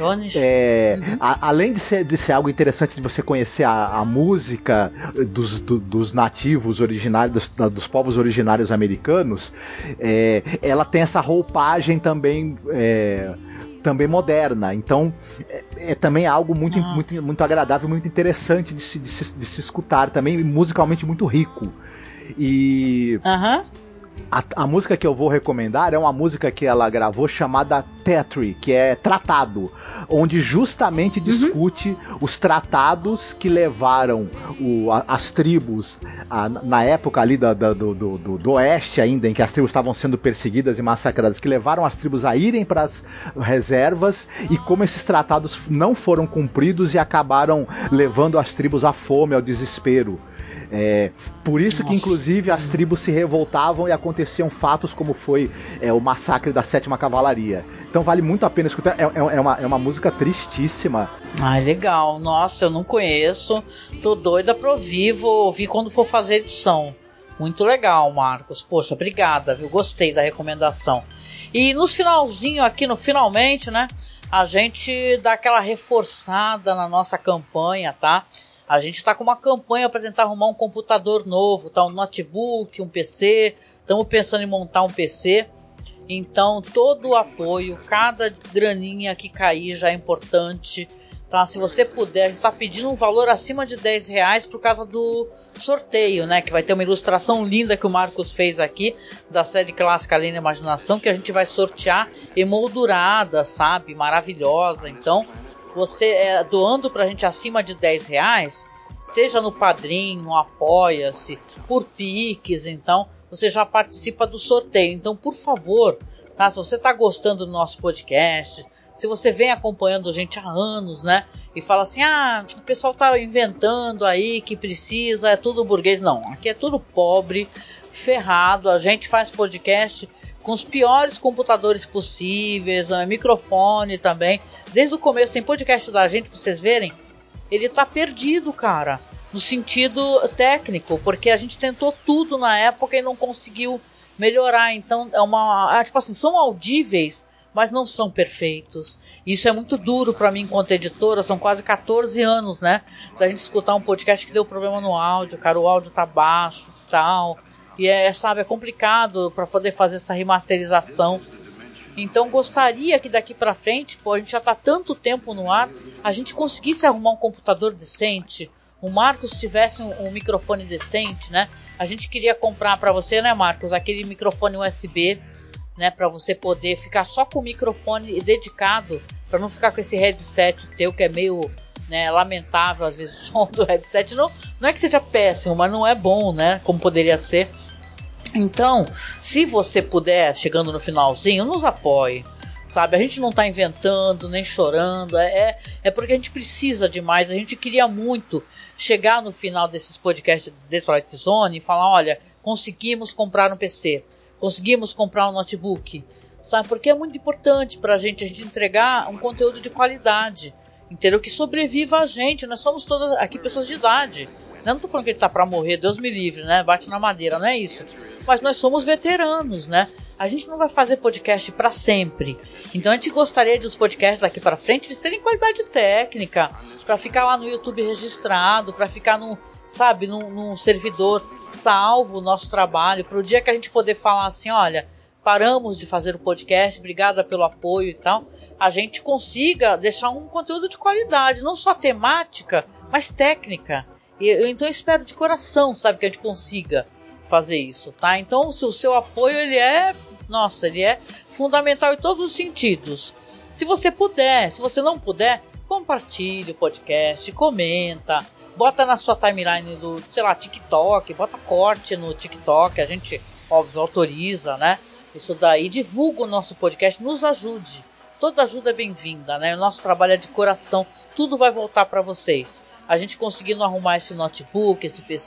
S3: É, uhum. a, além de ser, de ser algo interessante de você conhecer a, a música dos, do, dos nativos originários, dos, dos povos originários americanos, é, ela tem essa roupagem também. É, também moderna, então é, é também algo muito, ah. muito, muito agradável, muito interessante de se, de, se, de se escutar, também musicalmente muito rico. E
S2: uhum.
S3: a, a música que eu vou recomendar é uma música que ela gravou chamada Tetri, que é tratado, onde justamente discute uhum. os tratados que levaram o, a, as tribos a, na época ali da, da, do, do, do oeste ainda, em que as tribos estavam sendo perseguidas e massacradas, que levaram as tribos a irem para as reservas, e como esses tratados não foram cumpridos e acabaram levando as tribos à fome, ao desespero. É, por isso Nossa. que inclusive as tribos se revoltavam e aconteciam fatos como foi é, o massacre da sétima Cavalaria. Então vale muito a pena escutar, é, é, uma, é uma música tristíssima.
S2: Ah, legal, nossa, eu não conheço, tô doida pra ouvir, vou ouvir quando for fazer edição. Muito legal, Marcos, poxa, obrigada, viu? Gostei da recomendação. E nos finalzinho aqui, no finalmente, né, a gente dá aquela reforçada na nossa campanha, tá? A gente está com uma campanha para tentar arrumar um computador novo, tá? Um notebook, um P C. Estamos pensando em montar um P C. Então, todo o apoio, cada graninha que cair já é importante. Tá? Se você puder, a gente está pedindo um valor acima de dez reais por causa do sorteio, né? Que vai ter uma ilustração linda que o Marcos fez aqui, da série clássica Além da Imaginação, que a gente vai sortear emoldurada, sabe? Maravilhosa. Então, você é, doando pra gente acima de dez reais, seja no Padrim, no Apoia-se, por Pix, então você já participa do sorteio. Então, por favor, tá? Se você está gostando do nosso podcast, se você vem acompanhando a gente há anos, né? E fala assim, ah, o pessoal tá inventando aí que precisa, é tudo burguês. Não, aqui é tudo pobre, ferrado, a gente faz podcast com os piores computadores possíveis, um microfone também. Desde o começo tem podcast da gente, pra vocês verem, ele tá perdido, cara, no sentido técnico, porque a gente tentou tudo na época e não conseguiu melhorar. Então é uma, é, tipo assim, são audíveis, mas não são perfeitos. Isso é muito duro pra mim enquanto editora, são quase catorze anos, né, da gente escutar um podcast que deu problema no áudio, cara, o áudio tá baixo, tal. E é, sabe, é complicado para poder fazer essa remasterização. Então gostaria que daqui para frente, pô, a gente já tá tanto tempo no ar, a gente conseguisse arrumar um computador decente, o Marcos tivesse um, um microfone decente, né? A gente queria comprar para você, né, Marcos, aquele microfone U S B, né, para você poder ficar só com o microfone dedicado, para não ficar com esse headset teu que é meio, né, lamentável às vezes o som do headset. Não, não é que seja péssimo, mas não é bom, né, como poderia ser. Então, se você puder, chegando no finalzinho, nos apoie, sabe? A gente não tá inventando, nem chorando, é, é porque a gente precisa demais. A gente queria muito chegar no final desses podcasts de Twilight Zone e falar, olha, conseguimos comprar um P C, conseguimos comprar um notebook, sabe? Porque é muito importante pra gente, a gente entregar um conteúdo de qualidade, entendeu? Que sobreviva a gente. Nós somos todas aqui pessoas de idade. Eu não tô falando que ele tá pra morrer, Deus me livre, né? Bate na madeira, não é isso. Mas nós somos veteranos, né? A gente não vai fazer podcast para sempre. Então a gente gostaria de os podcasts daqui para frente eles terem qualidade técnica, para ficar lá no YouTube registrado, para ficar no, sabe, num, num servidor salvo o nosso trabalho, para o dia que a gente poder falar assim, olha, paramos de fazer o podcast, obrigada pelo apoio e tal, a gente consiga deixar um conteúdo de qualidade, não só temática, mas técnica. E eu então espero de coração, sabe, que a gente consiga fazer isso, tá? Então, se o seu apoio, ele é, nossa, ele é fundamental em todos os sentidos. Se você puder, se você não puder, compartilhe o podcast, comenta, bota na sua timeline do, sei lá, TikTok, bota corte no TikTok, a gente, óbvio, autoriza, né? Isso daí, divulga o nosso podcast, nos ajude. Toda ajuda é bem-vinda, né? O nosso trabalho é de coração, tudo vai voltar para vocês. A gente conseguindo arrumar esse notebook, esse P C,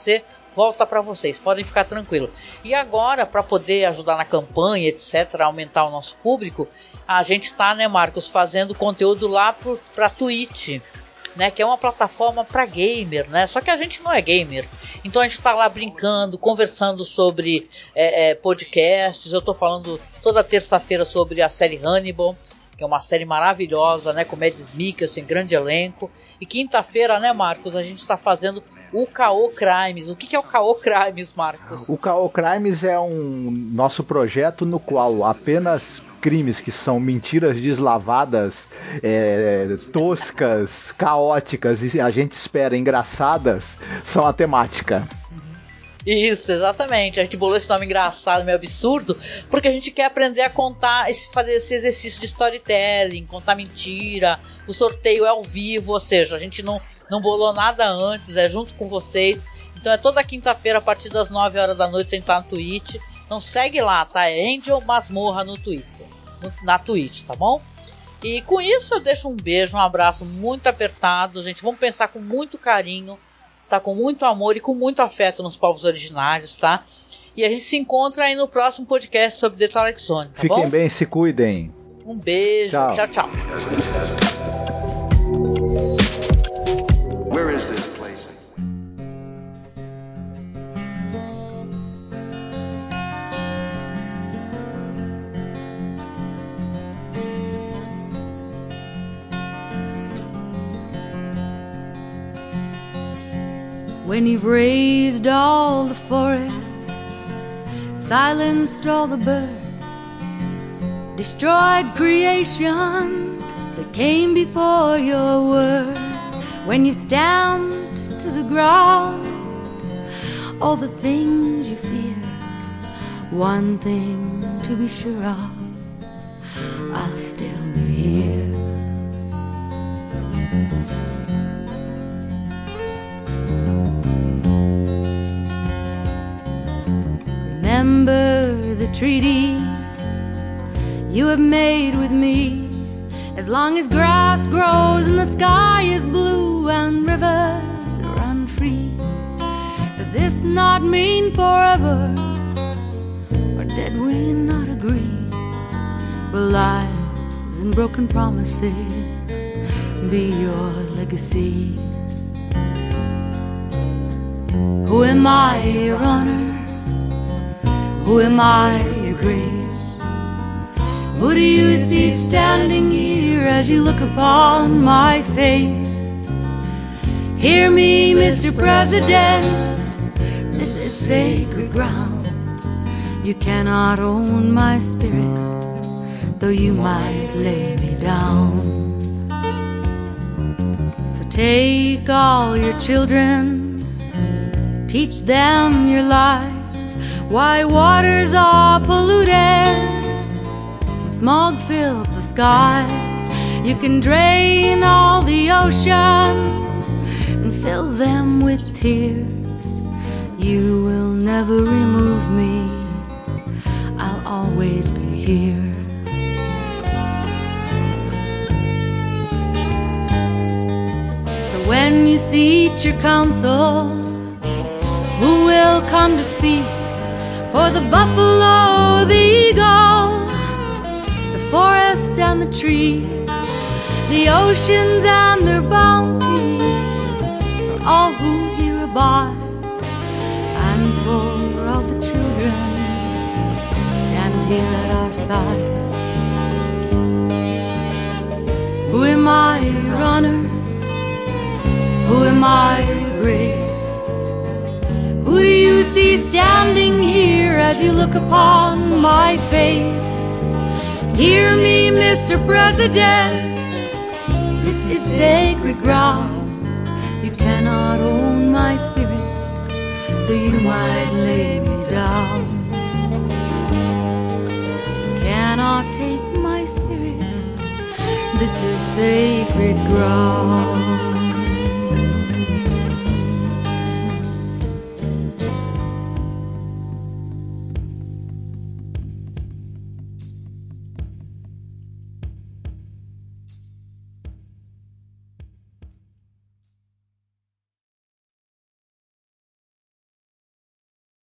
S2: volta para vocês, podem ficar tranquilos. E agora, para poder ajudar na campanha, etc, aumentar o nosso público, a gente está, né, Marcos, fazendo conteúdo lá para Twitch, né, que é uma plataforma para gamer, né? Só que a gente não é gamer, então a gente está lá brincando, conversando sobre é, é, podcasts. Eu estou falando toda terça-feira sobre a série Hannibal, que é uma série maravilhosa, né, com Mads Mikkelsen, grande elenco. E quinta-feira, né, Marcos, a gente está fazendo o K O Crimes. O que, que é o K O Crimes, Marcos?
S3: O K O Crimes é um nosso projeto no qual apenas crimes que são mentiras deslavadas, é, toscas, caóticas e a gente espera engraçadas são a temática.
S2: Isso, exatamente. A gente bolou esse nome engraçado, meio absurdo, porque a gente quer aprender a contar, esse, fazer esse exercício de storytelling, contar mentira. O sorteio é ao vivo, ou seja, a gente não, não bolou nada antes, é junto com vocês. Então é toda quinta-feira a partir das nove horas da noite, a gente tá no Twitch. Então segue lá, tá? É Angel Masmorra no Twitter, no, na Twitch, tá bom? E com isso eu deixo um beijo, um abraço muito apertado, gente. Vamos pensar com muito carinho, tá, com muito amor e com muito afeto nos povos originários, tá? E a gente se encontra aí no próximo podcast sobre The Twilight Zone, tá
S3: Fiquem
S2: bom?
S3: bem, se cuidem.
S2: Um beijo, tchau, tchau. tchau.
S4: Where is this place?
S5: When you've raised all the forest, silenced all the birds, destroyed creations that came before your word, when you stamped to the ground all the things you fear, one thing to be sure of, I'll still be here. Remember the treaties you have made with me. As long as grass grows and the sky is blue and rivers run free, does this not mean forever? Or did we not agree? Will lies and broken promises be your legacy? Who am I, your honor? Who am I, your grace? Who do you see standing here as you look upon my face? Hear me, Mister President, this is sacred ground. You cannot own my spirit, though you might lay me down. So take all your children, teach them your life, why waters are polluted, smog fills the skies. You can drain all the oceans and fill them with tears. You will never remove me, I'll always be here. So when you seat your council, who will come to speak for the buffalo, the eagle, the forest and the trees, the oceans and their bounty, for all who here abide, and for all the children who stand here at our side? Who am I, your honor? Who am I, your grace? Who do you see standing here as you look upon my face? Hear me, Mister President, this is sacred ground. You cannot own my spirit, though you might lay me down. You cannot take my spirit, this is sacred ground.